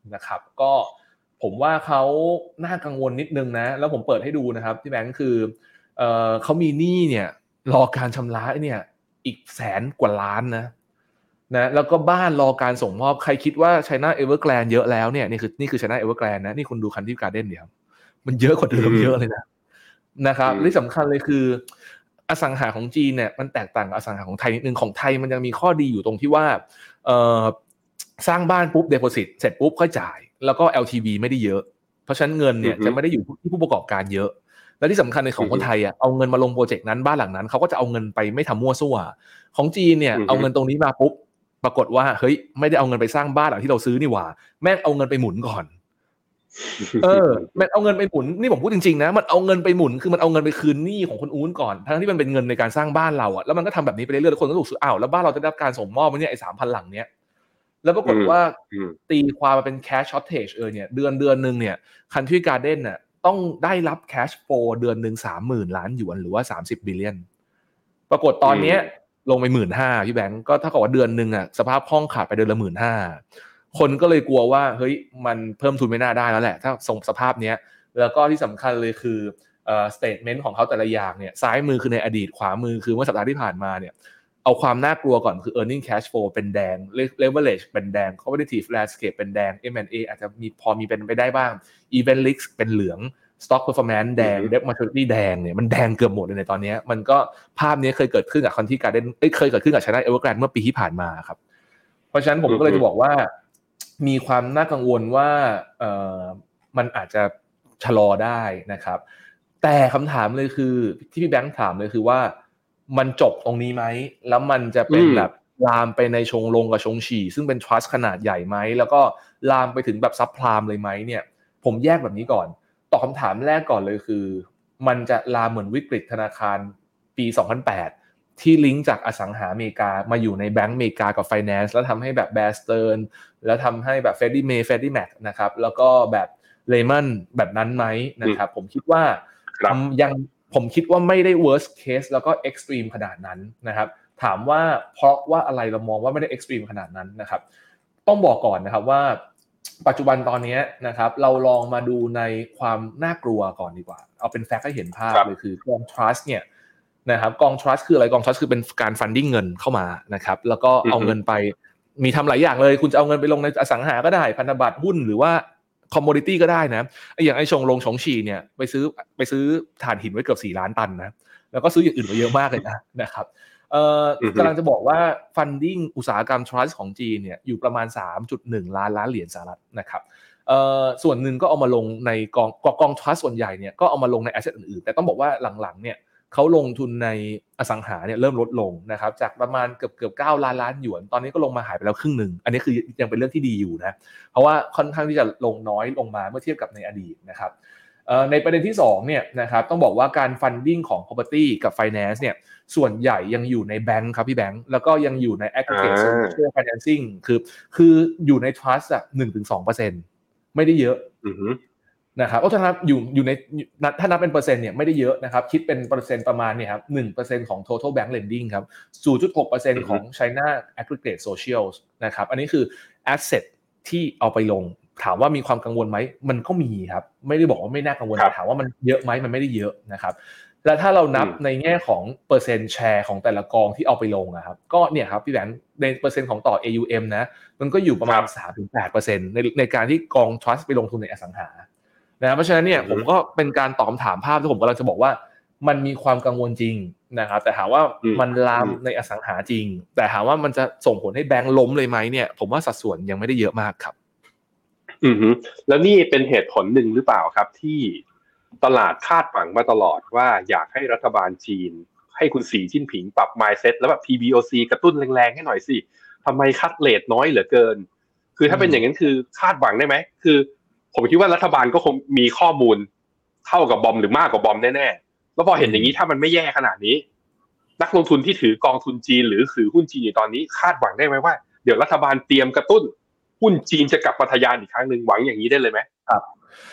[SPEAKER 3] นะครับก็ผมว่าเขาน่ากังวลนิดนึงนะแล้วผมเปิดให้ดูนะครับที่แบงค์คือเอ่อเขามีหนี้เนี่ยรอการชำระเนี่ยอีกแสนกว่าล้านนะนะแล้วก็บ้านรอการส่งมอบใครคิดว่า China Evergrande เยอะแล้วเนี่ยนี่คือนี่คือ China Evergrande นะนี่คุณดู Country Garden เนี่ยมันเยอะกว่าเดิมเยอะเลยนะนะครับและสำคัญเลยคืออสังหาของจีนเนี่ยมันแตกต่างกับอสังหาของไทยนิดนึงของไทยมันยังมีข้อดีอยู่ตรงที่ว่าเอ่อสร้างบ้านปุ๊บ deposit เสร็จปุ๊บค่อยจ่ายแล้วก็ แอล ที วี ไม่ได้เยอะเพราะฉะนั้นเงินเนี่ยจะไม่ได้อยู่ที่ผู้ประกอบการเยอะและที่สำคัญในของคนไทยอ่ะเอาเงินมาลงโปรเจกต์นั้นบ้านหลังนั้นเขาก็จะเอาเงินไปไม่ทำมั่วซั่วของจีนเนี่ยเอาเงินตรงนี้มาปุ๊บปรากฏว่าเฮ้ยไม่ได้เอาเงินไปสร้างบ้านหลังที่เราซื้อนี่หว่าแม่งเอาเงินไปหมุนก่อนเออมันเอาเงินไปหมุนนี่ผมพูดจริงๆนะมันเอาเงินไปหมุนคือมันเอาเงินไปคืนหนี้ของคนนู้นก่อนทั้งที่มันเป็นเงินในการสร้างบ้านเราอ่ะแล้วมันก็ทำแบบนี้ไปเรื่อยๆคนก็ถูกซื้ออ้าวแล้วบ้านเราจะได้รับการส่งมอบมั้ยเนี่ยไอ้ สามพัน หลังเนี้ยแล้วปรากฏว่าตีความมาเป็น cash shortage เออเนี่ยเดือนเดือนนึงเนี่ย Country Garden น่ะต้องได้รับ cash flow เดือนนึง สามหมื่น ล้านหยวนหรือว่าสามสิบ billion ปรากฏตอนเนี้ยลงไป หนึ่งหมื่นห้าพัน พี่แบงค์ก็เท่ากับว่าเดือนนึงอ่ะสภาพคล่องขาดไปเดือนละ หนึ่งหมื่นห้าพัน คนก็เลยกลัวว่าเฮ้ยมันเพิ่มทุนไม่น่าได้แล้วแหละถ้าส่งสภาพเนี้ยแล้วก็ที่สำคัญเลยคือเอ่อ statement ของเขาแต่ละอย่างเนี่ยซ้ายมือคือในอดีตขวามือคือเมื่อสัปดาห์ที่ผ่านมาเนี่ยเอาความน่ากลัวก่อนคือ earning cash flow เป็นแดง leverage เป็นแดง competitive landscape เป็นแดง เอ็ม แอนด์ เอ อาจจะมีพอมีเป็นไปได้บ้าง event risk เป็นเหลือง stock performance แดง debt maturity แดงเนี่ยมันแดงเกือบหมดเลยในตอนนี้มันก็ภาพนี้เคยเกิดขึ้นกับ Country Garden เอ้ยเคยเกิดขึ้นกับ China Evergrande เมื่อปีที่ผ่านมาครับเพราะฉะนั้นผมก็เลยจะบอกว่ามีความน่ากังวลว่าเอ่อมันอาจจะชะลอได้นะครับแต่คำถามเลยคือที่พี่แบงค์ถามเลยคือว่ามันจบตรงนี้ไหมแล้วมันจะเป็นแบบลามไปในชงลงกับชงฉี่ซึ่งเป็น trust ขนาดใหญ่ไหมแล้วก็ลามไปถึงแบบซับพลามเลยไหมเนี่ยผมแยกแบบนี้ก่อนตอบคำถามแรกก่อนเลยคือมันจะลามเหมือนวิกฤตธนาคารปีสองพันแปดที่ลิงก์จากอสังหาอเมริกามาอยู่ในแบงก์อเมริกากับไฟแนนซ์แล้วทำให้แบบแบร์สเติร์นแล้วทำให้แบบเฟดดี้เมย์เฟดดี้แม็กนะครับแล้วก็แบบเลมอนแบบนั้นไหมนะครับผมคิดว่ายังผมคิดว่าไม่ได้ worst case แล้วก็ extreme ขนาดนั้นนะครับถามว่าเพราะว่าอะไรเรามองว่าไม่ได้ extreme ขนาดนั้นนะครับต้องบอกก่อนนะครับว่าปัจจุบันตอนนี้นะครับเราลองมาดูในความน่ากลัวก่อนดีกว่าเอาเป็นแฟกต์ให้เห็นภาพเลยคือกอง trust เนี่ยนะครับกอง trust คืออะไรกอง trust คือเป็นการ funding เงินเข้ามานะครับแล้วก็เอาเงินไปมีทำหลายอย่างเลยคุณจะเอาเงินไปลงในอสังหาก็ได้พันธบัตรหุ้นหรือว่าคอมโมดิตี้ก็ได้นะอย่างไอ้ชงลงชงฉีเนี่ยไปซื้อไปซื้อถ่านหินไว้เกือบสี่ล้านตันนะแล้วก็ซื้ออย่างอื่นไว้เยอะมากเลยนะนะครับเอ่อกำลังจะบอกว่า funding อุตสาหกรรม trust ของจีนเนี่ยอยู่ประมาณ สามจุดหนึ่ง ล้านล้านเหรียญสหรัฐนะครับเอ่อส่วนหนึ่งก็เอามาลงในกองกอง trust ส่วนใหญ่เนี่ยก็เอามาลงใน asset อื่นๆแต่ต้องบอกว่าหลังๆเนี่ยเขาลงทุนในอสังหาเนี่ยเริ่มลดลงนะครับจากประมาณเกือบเกือบเก้าล้านล้านหยวนตอนนี้ก็ลงมาหายไปแล้วครึ่งนึงอันนี้คือยังเป็นเรื่องที่ดีอยู่นะเพราะว่าค่อนข้างที่จะลงน้อยลงมาเมื่อเทียบกับในอดีตนะครับเอ่อในประเด็นที่สองเนี่ยนะครับต้องบอกว่าการ funding ของ property กับ finance เนี่ยส่วนใหญ่ยังอยู่ในแบงค์ครับพี่แบงค์แล้วก็ยังอยู่ใน aggregate social financing คือคืออยู่ใน trust อ่ะ หนึ่งถึงสองเปอร์เซ็นต์ ไม่ได้เยอะนะครับถ้านับอยู่อยู่ในถ้านับเป็นเปอร์เซ็นต์เนี่ยไม่ได้เยอะนะครับคิดเป็นเปอร์เซ็นต์ประมาณเนี่ยครับ หนึ่งเปอร์เซ็นต์ ของ total bank lending ครับ ศูนย์จุดหกเปอร์เซ็นต์ ของ China aggregate socials นะครับอันนี้คือ asset ที่เอาไปลงถามว่ามีความกังวลไหมมันก็มีครับไม่ได้บอกว่าไม่น่ากังวลแต่ถามว่ามันเยอะไหมมันไม่ได้เยอะนะครับและถ้าเรานับในแง่ของเปอร์เซ็นต์แชร์ของแต่ละกองที่เอาไปลงอะครับก็เนี่ยครับพี่แบงค์ในเปอร์เซ็นต์ของต่อ เอ ยู เอ็ม นะมันก็อยู่ประมาณ สามถึงแปดเปอร์เซ็นต์ ในในการที่กอง trust ไปลงทุนในอสังหานะเพราะฉะนั้นเนี่ยผมก็เป็นการตอบคำถามภาพที่ผมกำลังจะบอกว่ามันมีความกังวลจริงนะครับแต่ถามว่ามันลามในอสังหาจริงแต่ถามว่ามันจะส่งผลให้แบงค์ล้มเลยไหมเนี่ยผมว่าสัดส่วนยังไม่ได้เยอะมากครับ
[SPEAKER 2] อือฮึแล้วนี่เป็นเหตุผลหนึ่งหรือเปล่าครับที่ตลาดคาดหวังมาตลอดว่าอยากให้รัฐบาลจีนให้คุณสีจิ้นผิงปรับ mindset แล้วแบบ พี บี โอ ซี กระตุ้นแรงๆให้หน่อยสิทำไมคัดเรทน้อยเหลือเกินคือถ้าเป็นอย่างนั้นคือคาดหวังได้ไหมคือผมคิดว่ารัฐบาลก็คงมีข้อมูลเท่ากับบอมหรือมากกว่าบอมแน่ๆแล้วพอเห็นอย่างนี้ถ้ามันไม่แย่ขนาดนี้นักลงทุนที่ถือกองทุนจีนหรือถือหุ้นจีนอยู่ตอนนี้คาดหวังได้ไหมว่าเดี๋ยวรัฐบาลเตรียมกระตุ้นหุ้นจีนจะกลับมาทะยานอีกครั้งนึงหวังอย่างนี้ได้เลยไหม
[SPEAKER 3] ครับ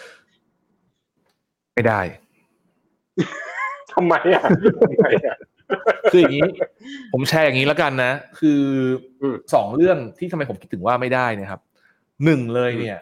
[SPEAKER 3] ไม่ได้
[SPEAKER 2] ทำไมอ่ะทำไมอ่ะ
[SPEAKER 3] คืออย่างนี้ผมแชร์อย่างนี้แล้วกันนะคือสองเรื่องที่ทำไมผมคิดถึงว่าไม่ได้นะครับหนึ่งเลยเนี่ย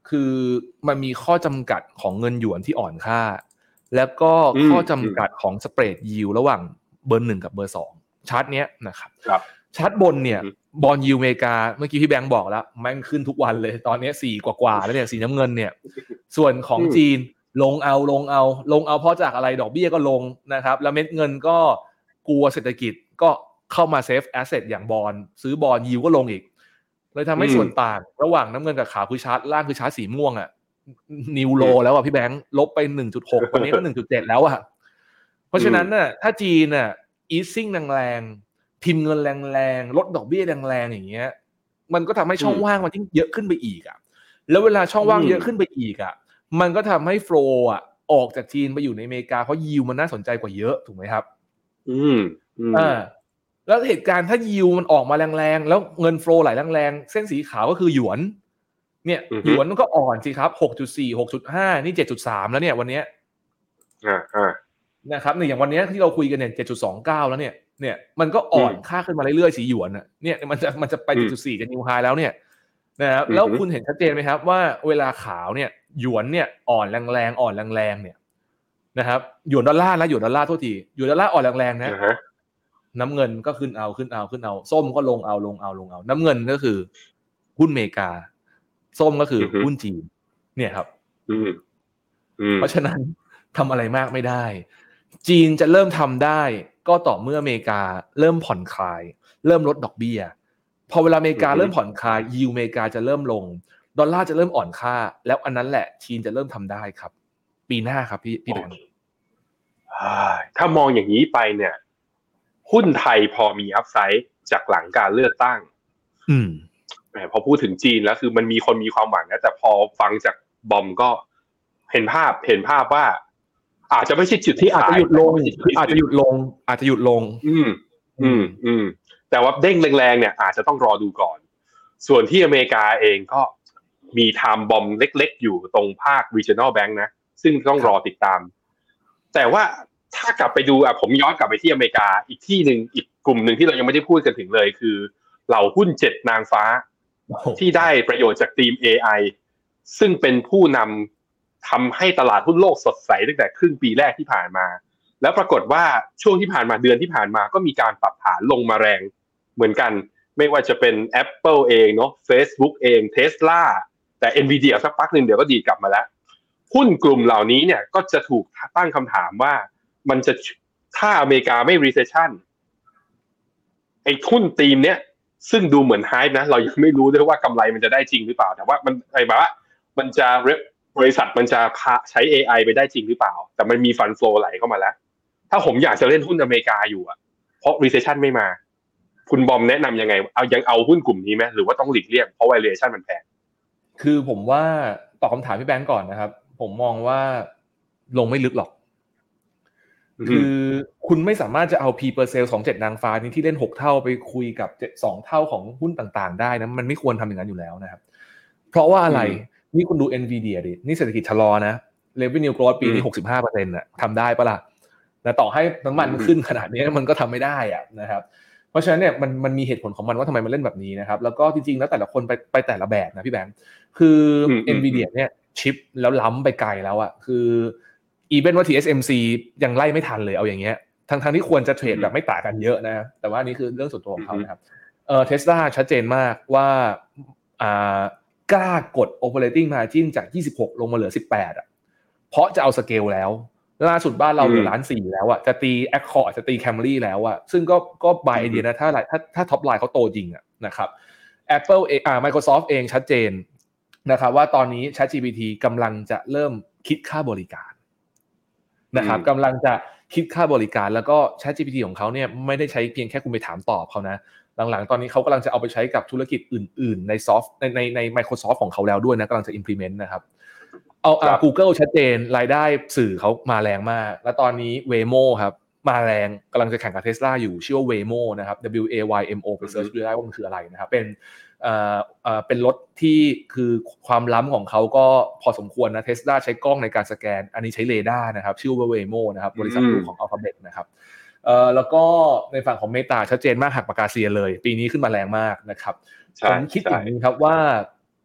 [SPEAKER 3] คือมันมีข้อจำกัดของเงินหยวนที่อ่อนค่าแล้วก็ข้อจำกัดของสเปรดยิลด์ระหว่างเบอร์หนึ่งกับเบอร์สองชาร์ตเนี้ยนะครับชาร์ตบนเนี่ยบอนด์ยิลด์อเมริกาเมื่อกี้พี่แบงค์บอกแล้วแม่งขึ้นทุกวันเลยตอนนี้สี่กว่าๆแล้วเนี่ยสีน้ำเงินเนี่ยส่วนของจีนลงเอาลงเอาลงเอาเพราะจากอะไรดอกเบี้ยก็ลงนะครับแล้วเม็ดเงินก็กลัวเศรษฐกิจก็เข้ามาเซฟแอสเซทอย่างบอนด์ซื้อบอนด์ยิลด์ก็ลงอีกเลยทำให้ส่วนต่างระหว่างน้ำเงินกับขาวคือชาร์ตล่างคือชาร์ตสีม่วงอ่ะนิวโลแล้วอ่ะพี่แบงค์ลบไป หนึ่งจุดหก วันนี้ก็ หนึ่งจุดเจ็ด แล้วอ่ะเพราะฉะนั้นน่ะถ้าจีนน่ะอีซซิ่งแรงๆพิมพ์เงินแรงๆลดดอกเบี้ยแรงๆอย่างเงี้ยมันก็ทำให้ช่องว่างมันยิ่งเยอะขึ้นไปอีกอ่ะแล้วเวลาช่องว่างเยอะขึ้นไปอีกอ่ะมันก็ทำให้โฟลว์อ่ะออกจากจีนไปอยู่ในอเมริกาเพราะยิวมันน่าสนใจกว่าเยอะถูกไหมครับ
[SPEAKER 2] อืม
[SPEAKER 3] อ่าแล้วเหตุการณ์ถ้ายิวมันออกมาแรงๆแล้วเงินโฟลว์ไหลแรงๆเส้นสีขาวก็คือหยวนเนี่ยหยวนมันก็อ่อนสิครับ หกจุดสี่ หกจุดห้า นี่ เจ็ดจุดสาม แล้วเนี่ยวันนี้
[SPEAKER 2] อ่า
[SPEAKER 3] ๆนะครับเนี่ยอย่างวันนี้ที่เราคุยกันเนี่ย เจ็ดจุดสองเก้า แล้วเนี่ยเนี่ยมันก็อ่อนค่าขึ้นมาเรื่อยๆสีหยวนน่ะเนี่ยมันจะมันจะไป เจ็ดจุดสี่ จะนิวไฮแล้วเนี่ยนะครับแล้วคุณเห็นชัดเจนไหมครับว่าเวลาขาวเนี่ยหยวนเนี่ยอ่อนแรงๆอ่อนแรงๆเนี่ยนะครับหยวนดอลลาร์นะหยวนดอลลาร์โทษทีหยวนดอลลาร์อ่อนแรงๆนะน้ำเงินก็ขึ้นเอาขึ้นเอาขึ้นเอาส้มก็ลงเอาลงเอาลงเอาน้ำเงินก็คือหุ้นอเมริกาส้มก็คือหุ้นจีนเนี่ยครับเพราะฉะนั้นทำอะไรมากไม่ได้จีนจะเริ่มทำได้ก็ต่อเมื่ออเมริกาเริ่มผ่อนคลายเริ่มลดดอกเบี้ยพอเวลาอเมริกาเริ่มผ่อนคลายยิวอเมริกาจะเริ่มลงดอลลาร์จะเริ่มอ่อนค่าแล้วอันนั้นแหละจีนจะเริ่มทำได้ครับปีหน้าครับพี่พี่แบงค์
[SPEAKER 2] ถ้ามองอย่างนี้ไปเนี่ยหุ้นไทยพอมีอัพไซด์จากหลังการเลือกตั้ง
[SPEAKER 3] อืม
[SPEAKER 2] พอพูดถึงจีนแล้วคือมันมีคนมีความหวังนะแต่พอฟังจากบอมก็เห็นภาพเห็นภาพว่าอาจจะไม่ใช่จุดที่
[SPEAKER 3] อาจจะหยุดลงอาจจะหยุดลงอาจจะหยุดลง
[SPEAKER 2] อืมอืมอืมแต่ว่าเด้งแรงๆเนี่ยอาจจะต้องรอดูก่อนส่วนที่อเมริกาเองก็มีไทม์บอมเล็กๆอยู่ตรงภาค Regional Bank นะซึ่งต้องรอติดตามแต่ว่าถ้ากลับไปดูอ่ะผมย้อนกลับไปที่อเมริกาอีกที่นึงอีกกลุ่มนึงที่เรายังไม่ได้พูดกันถึงเลยคือเหล่าหุ้นเจ็ดนางฟ้าที่ได้ประโยชน์จากทีม เอ ไอ ซึ่งเป็นผู้นำทำให้ตลาดหุ้นโลกสดใสตั้งแต่ครึ่งปีแรกที่ผ่านมาแล้วปรากฏว่าช่วงที่ผ่านมาเดือนที่ผ่านมาก็มีการปรับฐานลงมาแรงเหมือนกันไม่ว่าจะเป็น Apple เองเนาะ Facebook เอง Tesla แต่ Nvidia สักพักนึงเดี๋ยวก็ดีกลับมาแล้วหุ้นกลุ่มเหล่านี้เนี่ยก็จะถูกตั้งคำถามว่ามันจะถ้าอเมริกาไม่ recession ไอ้หุ้นทีมเนี้ยซึ่งดูเหมือนไฮป์นะเรายังไม่รู้ด้วยว่ากำไรมันจะได้จริงหรือเปล่าแต่ว่ามันไอ้แบบว่ามันจะบริษัทมันจะใช้ เอ ไอ ไปได้จริงหรือเปล่าแต่มันมีฟันโฟลไหลเข้ามาแล้วถ้าผมอยากจะเล่นหุ้นอเมริกาอยู่อ่ะเพราะ recession ไม่มาคุณบอมแนะนำยังไงเอายังเอาหุ้นกลุ่มนี้ไหมหรือว่าต้องหลีกเลี่ยงเพราะ valuation มันแพง
[SPEAKER 3] คือผมว่าตอบคำถามพี่แบงก์ก่อนนะครับผมมองว่าลงไม่ลึกหรอกคือคุณไม่สามารถจะเอา P per sale ของเจ็ดนางฟ้านี้ที่เล่นหกเท่าไปคุยกับสองเท่าของหุ้นต่างๆได้นะมันไม่ควรทำอย่างนั้นอยู่แล้วนะครับเพราะว่าอะไรนี่คุณดู Nvidia ดินี่เศรษฐกิจชะลอนะ revenue growth ปีนี้ หกสิบห้าเปอร์เซ็นต์ น่ะทำได้ปะล่ะนะต่อให้น้ำมันขึ้นขนาดนี้มันก็ทำไม่ได้อ่ะนะครับเพราะฉะนั้นเนี่ยมันมันมีเหตุผลของมันว่าทำไมมันเล่นแบบนี้นะครับแล้วก็จริงๆแล้วแต่ละคนไปไปแต่ละแบบนะพี่แบงค์คือ Nvidia เนี่ยชิปแล้วล้ำไปไกลแล้วอ่ะคืออีเวนต์ว่า ที เอส เอ็ม ซี ยังไล่ไม่ทันเลยเอาอย่างเงี้ยทั้งๆที่ควรจะเทรดแบบไม่ต่างกันเยอะนะแต่ว่านี่คือเรื่องส่วนตัวของเขานะครับเอ่อ Tesla ชัดเจนมากว่าอ่ากล้ากด operating margin จากยี่สิบหกลงมาเหลือสิบแปดอ่ะเพราะจะเอาสเกลแล้วล่าสุดบ้านเราเหลือล้านสี่แล้วอ่ะจะตี Accord จะตี Camry แล้วอ่ะซึ่งก็ก็บายไอเดียนะถ้าถ้าถ้าท็อปไลน์เขาโตจริงอ่ะนะครับ Apple เองอ่า Microsoft เองชัดเจนนะครับว่าตอนนี้ ChatGPT กำลังจะเริ่มคิดค่าบริการนะครับกำลังจะคิดค่าบริการแล้วก็ ChatGPT ของเขาเนี่ยไม่ได้ใช้เพียงแค่คุณไปถามตอบเขานะหลังๆตอนนี้เขากำลังจะเอาไปใช้กับธุรกิจอื่นๆในซอฟต์ในในใน Microsoft ของเขาแล้วด้วยนะกำลังจะ implement นะครับเอาอ่า Google ชัดเจนรายได้สื่อเขามาแรงมากแล้วตอนนี้ Waymo ครับมาแรงกำลังจะแข่งกับ Tesla อยู่ชื่อว่า Waymo นะครับ W A Y M O ไปเสิร์ชดูได้ว่ามันคืออะไรนะครับเป็นเอ่อเอ่อเป็นรถที่คือความล้ำของเขาก็พอสมควรนะ Tesla ใช้กล้องในการสแกนอันนี้ใช้เรดาร์นะครับชื่อว่า Waymo นะครับบริษัทลูกของ Alphabet นะครับเอ่อแล้วก็ในฝั่งของ Meta ชัดเจนมากหักปากกาเซียนเลยปีนี้ขึ้นมาแรงมากนะครับผมคิดอย่างนี้ครับว่า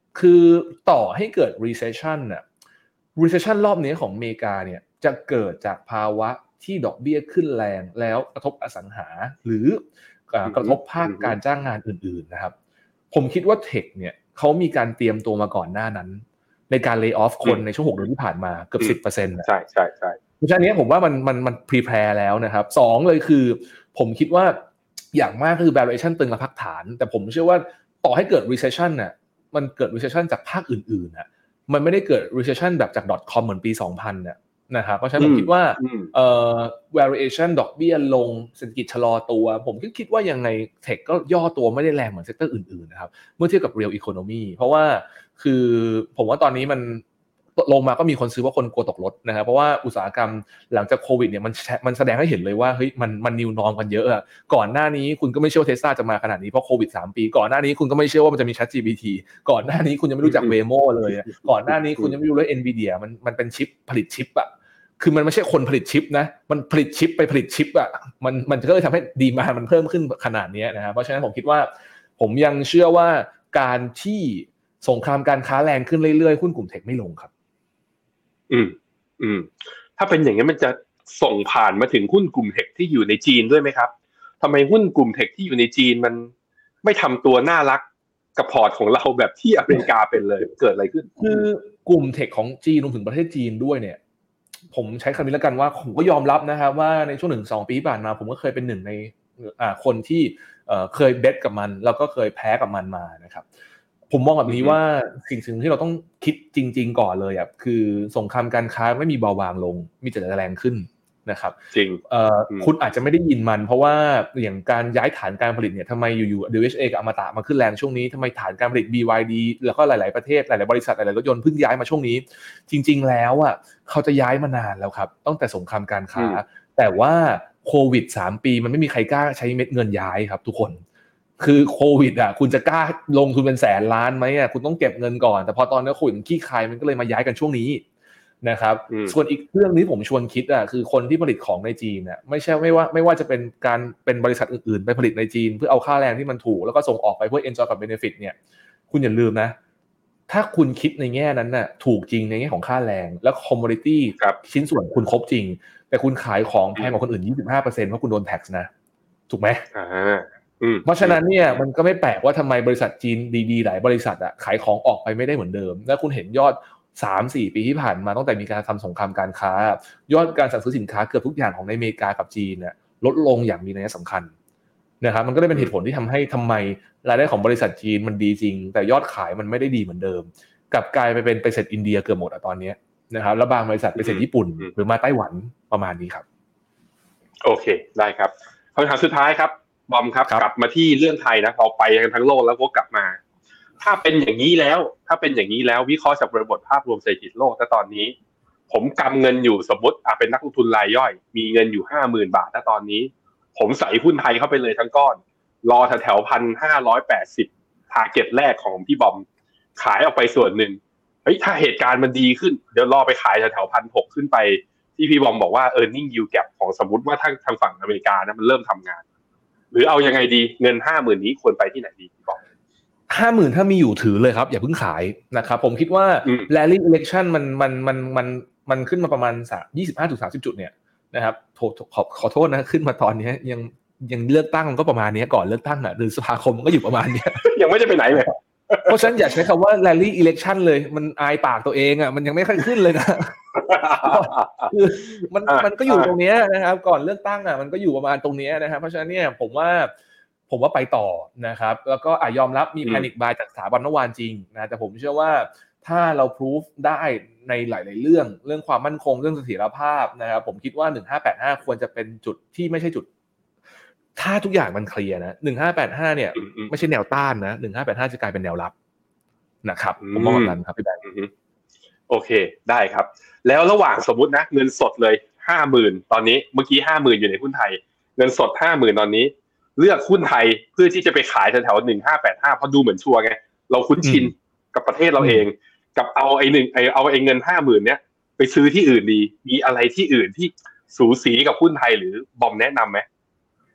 [SPEAKER 3] คือต่อให้เกิด recession น่ะ recession รอบนี้ของอเมริกาเนี่ยจะเกิดจากภาวะที่ดอกเบี้ยขึ้นแรงแล้วกระทบอสังหาหรือกระทบภาคการจ้างงานอื่นๆนะครับผมคิดว่าเทคเนี่ยเขามีการเตรียมตัวมาก่อนหน้านั้นในการ lay off คนในช่วงหกเดือนที่ผ่านมาเกือบ สิบเปอร์เซ็นต์
[SPEAKER 2] ใช่ใช่ใช่
[SPEAKER 3] เพราะฉะนั้นผมว่ามันมันมัน prepare แล้วนะครับสองเลยคือผมคิดว่าอย่างมากคือ valuation ตึงและพักฐานแต่ผมเชื่อว่าต่อให้เกิด recession น่ะมันเกิด recession จากภาคอื่นๆน่ะมันไม่ได้เกิด recession แบบจาก .com เหมือนปี สองพัน น่ะนะครับเพราะฉะนั้นผมคิดว่าเอ่อ variation ดอกเบี้ยลงเศรษฐกิจชะลอตัวผมก็คิดว่ายังไงเทคก็ย่อตัวไม่ได้แรงเหมือนเซกเตอร์อื่นๆนะครับเมื่อเทียบกับ real economy เพราะว่าคือผมว่าตอนนี้มันลงมาก็มีคนซื้อว่าคนกลัวตกรถนะครับเพราะว่าอุตสาหกรรมหลังจากโควิดเนี่ยมันมันแสดงให้เห็นเลยว่าเฮ้ยมันมัน new norm กันเยอะอ่ะก่อนหน้านี้คุณก็ไม่เชื่อว่า Tesla จะมาขนาดนี้เพราะโควิดสามปีก่อนหน้านี้คุณก็ไม่เชื่อว่ามันจะมี ChatGPT ก่อนหน้านี้คุณยังไม่รู้จัก Waymo เลยก่อนหน้านี้คุณยังไม่รู้เลย Nvidia มันมันเป็นชิปผลิตชิปอ่ะคือมันไม่ใช่คนผลิตชิปนะมันผลิตชิปไปผลิตชิปอ่ะมันมันก็เลยทำให้ดีมานด์มันเพิ่มขึ้นขนาดนี้นะครับเพราะฉะนั้นผมคิดว่าผมยังเชื่อว่าการที่สงครามการค้าแรงขึ้นเรื่อยๆหุ้นกลุ่มเทคไม่ลงครับ
[SPEAKER 2] อืมอืมถ้าเป็นอย่างนี้มันจะส่งผ่านมาถึงหุ้นกลุ่มเทคที่อยู่ในจีนด้วยไหมครับทำไมหุ้นกลุ่มเทคที่อยู่ในจีนมันไม่ทำตัวน่ารักกับพอร์ตของเราแบบที่อเมริกาเป็นเลยเกิดอะไรขึ้น
[SPEAKER 3] คือกลุ่มเทคของจีนรวมถึงประเทศจีนด้วยเนี่ยผมใช้คำนี้แล้วกันว่าผมก็ยอมรับนะครับว่าในช่วงหนึ่งสองปีผ่านมาผมก็เคยเป็นหนึ่งในอ่าคนที่เอ่อเคยเบทกับมันแล้วก็เคยแพ้กับมันมานะครับผมมองแบบนี้ว่าสิ่งสิ่งที่เราต้องคิดจริงๆก่อนเลยอ่ะคือสงครามการค้าไม่มีเบาบางลงมีแต่แรงขึ้นนะครับ
[SPEAKER 2] จริง
[SPEAKER 3] เอ่อคุณอาจจะไม่ได้ยินมันเพราะว่าอย่างการย้ายฐานการผลิตเนี่ยทำไมอยู่ๆ ดับเบิลยู เอช เอ กับอมตะมาขึ้นแรงช่วงนี้ทำไมฐานการผลิต บี วาย ดี แล้วก็หลายๆประเทศหลายๆบริษัทหลายๆรถยนต์เพิ่งย้ายมาช่วงนี้จริงๆแล้วอ่ะเขาจะย้ายมานานแล้วครับตั้งแต่สงครามการค้าแต่ว่าโควิดสามปีมันไม่มีใครกล้าใช้เม็ดเงินย้ายครับทุกคนคือโควิดอ่ะคุณจะกล้าลงทุนเป็นแสนล้านไหมอ่ะคุณต้องเก็บเงินก่อนแต่พอตอนนี้โควิดขี้คายมันก็เลยมาย้ายกันช่วงนี้นะครับส่วนอีกเรื่องนี้ผมชวนคิดอ่ะคือคนที่ผลิตของในจีนน่ะไม่ใช่ไม่ว่าไม่ว่าจะเป็นการเป็นบริษัทอื่นๆไปผลิตในจีนเพื่อเอาค่าแรงที่มันถูกแล้วก็ส่งออกไปเพื่อ enjoy กับ benefit เนี่ยคุณอย่าลืมนะถ้าคุณคิดในแง่นั้นน่ะถูกจริงในแง่ของค่าแรงแล้ว commodity ชิ้นส่วนคุณครบจริงแต่คุณขายของแพงกว่าคนอื่น ยี่สิบห้าเปอร์เซ็นต์ เพราะคุณโดน tax นะถูกไหม
[SPEAKER 2] อ่า
[SPEAKER 3] เพราะฉะนั้นเนี่ยมันก็ไม่แปลกว่าทำไมบริษัทจีนดีๆหลายบริษัทอ่ะขายของออกไปไม่ได้เหมือนเดิมแล้วคุณเห็นยอด สามสี่ ปีที่ผ่านมาตั้งแต่มีการทำสงครามการค้ายอดการสั่งซื้อสินค้าเกือบทุกอย่างของในอเมริกากับจีนเนี่ยลดลงอย่างมีนัยสำคัญนะครับมันก็เลยเป็นเหตุผลที่ทำให้ทำไมรายได้ของบริษัทจีนมันดีจริงแต่ยอดขายมันไม่ได้ดีเหมือนเดิมกลับกลายไปเป็นไปเสร็จอินเดียเกือบหมดอะตอนนี้นะครับแล้วบางบริษัทไปเสร็จญี่ปุ่นหรือมาไต้หวันประมาณนี้ครับ
[SPEAKER 2] โอเคได้ครับคำถามสุดท้ายครับบอมครับกลับมาที่เรื่องไทยนะเราไปกันทั้งโลกแล้วก็กลับมาถ้าเป็นอย่างนี้แล้วถ้าเป็นอย่างนี้แล้ววิเคราะห์จากบริบทภาพรวมเศรษฐกิจโลกณตอนนี้ผมกำเงินอยู่สมมติอ่ะเป็นนักลงทุนรายย่อยมีเงินอยู่ ห้าหมื่น บาทณตอนนี้ผมใส่หุ้นไทยเข้าไปเลยทั้งก้อนรอแถวๆ หนึ่งพันห้าร้อยแปดสิบ ทาร์เก็ตแรกของพี่บอมขายออกไปส่วนหนึ่งเฮ้ยถ้าเหตุการณ์มันดีขึ้นเดี๋ยวรอไปขายแถวๆ หนึ่งพันหกร้อย ขึ้นไปที่พี่บอมบอกว่า earning yield gap ของสมมุติว่าทางทางฝั่งอเมริกานะมันเริ่มทำงานหรือเอายังไงดีเงิน ห้าหมื่น นี้ควรไปที่ไหนดีพี่บอม
[SPEAKER 3] ห้าหมื่นถ้ามีอยู่ถือเลยครับอย่าเพิ่งขายนะครับผมคิดว่า rally election มันมันมันมันมันขึ้นมาประมาณยี่สิบห้าถึงสามสิบจุดเนี่ยนะครับขอขอโทษนะขึ้นมาตอนนี้ยังยังเลือกตั้งมันก็ประมาณนี้ก่อนเลือกตั้งอ่ะหรือสภาคมมันก็อยู่ประมาณนี้
[SPEAKER 2] ยังไม่ได้ไปไหนเลย
[SPEAKER 3] เพราะฉะนั้นอย่าใช้คำว่า rally election เลยมันอายปากตัวเองอ่ะมันยังไม่ค่อยขึ้นเลยนะคือมันมันก็อยู่ตรงนี้นะครับก่อนเลือกตั้งอ่ะมันก็อยู่ประมาณตรงนี้นะครับเพราะฉะนั้นเนี่ยผมว่าผมว่าไปต่อนะครับแล้วก็อ่ะยอมรับมี panic buy จากสถาบันเมื่อวานจริงนะแต่ผมเชื่อว่าถ้าเราพิสูจได้ในหลายๆเรื่องเรื่องความมั่นคงเรื่องเสถียรภาพนะครับผมคิดว่าหนึ่งพันห้าร้อยแปดสิบห้าควรจะเป็นจุดที่ไม่ใช่จุดถ้าทุกอย่างมันเคลียร์นะหนึ่งพันห้าร้อยแปดสิบห้าเนี่ยไม่ใช่แนวต้านนะหนึ่งพันห้าร้อยแปดสิบห้าจะกลายเป็นแนวรับนะครับผมมองแบบนั้นครับพี่แบงค์
[SPEAKER 2] โอเคได้ครับแล้วระหว่างสมมุตินะเงินสดเลย ห้าหมื่น ตอนนี้เมื่อกี้ ห้าหมื่น อยู่ในหุ้นไทยเงินสด ห้าหมื่น ตอนนี้เลือกหุ้นไทยเพื่อที่จะไปขายแถวๆหนึ่งพันห้าร้อยแปดสิบห้าเพราะดูเหมือนชัวร์ไงเราคุ้นชินกับประเทศเราเองกับเอาไอ้หนึ่งไอ้เอาไอ้เงิน ห้าหมื่น เนี้ยไปซื้อที่อื่นดีมีอะไรที่อื่นที่สูสีกับหุ้นไทยหรือบอมแนะนำไหม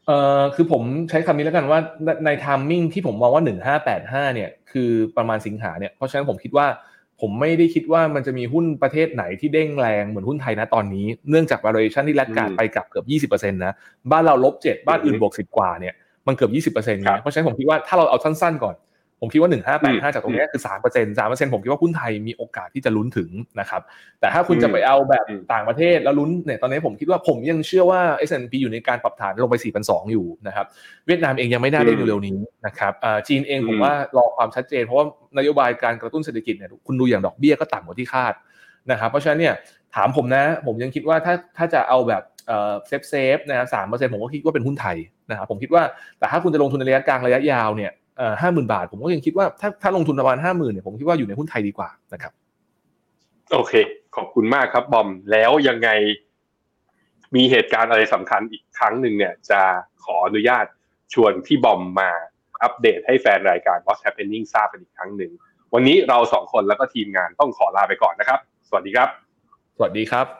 [SPEAKER 3] เอ่อคือผมใช้คำนี้แล้วกันว่าใน timing ที่ผมมองว่าหนึ่งพันห้าร้อยแปดสิบห้าเนี่ยคือประมาณสิงหาเนี่ยเพราะฉะนั้นผมคิดว่าผมไม่ได้คิดว่ามันจะมีหุ้นประเทศไหนที่เด้งแรงเหมือนหุ้นไทยนะตอนนี้เนื่องจาก valuation ที่แลกขาดไปกับเกือบ ยี่สิบเปอร์เซ็นต์ นะบ้านเราลบเจ็ดบ้านอื่นบวกสิบกว่าเนี่ยมันเกือบ ยี่สิบเปอร์เซ็นต์ นะเพราะฉะนั้นผมคิดว่าถ้าเราเอาสั้นๆก่อนผมคิดว่าหนึ่งพันห้าร้อยแปดสิบห้าจากตรงนี้คือ สามเปอร์เซ็นต์ สามเปอร์เซ็นต์ ผมคิดว่าหุ้นไทยมีโอกาสที่จะลุ้นถึงนะครับแต่ถ้าคุณจะไปเอาแบบต่างประเทศแล้วลุ้นเนี่ยตอนนี้ผมคิดว่าผมยังเชื่อว่า เอส แอนด์ พี อยู่ในการปรับฐานลงไป สี่พันสองร้อย อยู่นะครับเวียดนามเองยังไม่น่าได้เร็วๆนี้นะครับอ่าจีนเองผมว่ารอความชัดเจนเพราะว่านโยบายการกระตุ้นเศรษฐกิจเนี่ยคุณดูอย่างดอกเบี้ยก็ต่ำกว่าที่คาดนะครับเพราะฉะนั้นเนี่ยถามผมนะผมยังคิดว่าถ้าถ้าจะเอาแบบเอ่อเซฟเซฟนะฮะ สามเปอร์เซ็นต์ ผมก็คิดว่าเป็นหุ้นไทยนะครับผมคิดว่าแต่ถ้าคุณจะลงทุนในระยะกลางระยะยาวเนี่ยเอ่อ ห้าหมื่น บาทผมก็ยังคิดว่าถ้าถ้าลงทุนประมาณ ห้าหมื่น เนี่ยผมคิดว่าอยู่ในหุ้นไทยดีกว่านะครับ
[SPEAKER 2] โอเคขอบคุณมากครับบอมแล้วยังไงมีเหตุการณ์อะไรสำคัญอีกครั้งหนึ่งเนี่ยจะขออนุญาตชวนพี่บอมมาอัปเดตให้แฟนรายการ What's Happening ทราบกันอีกครั้งหนึ่งวันนี้เราสองคนแล้วก็ทีมงานต้องขอลาไปก่อนนะครับสวัสดีครับ
[SPEAKER 3] สวัสดีครับ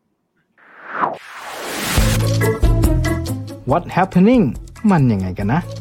[SPEAKER 1] What happening มันยังไงกันนะ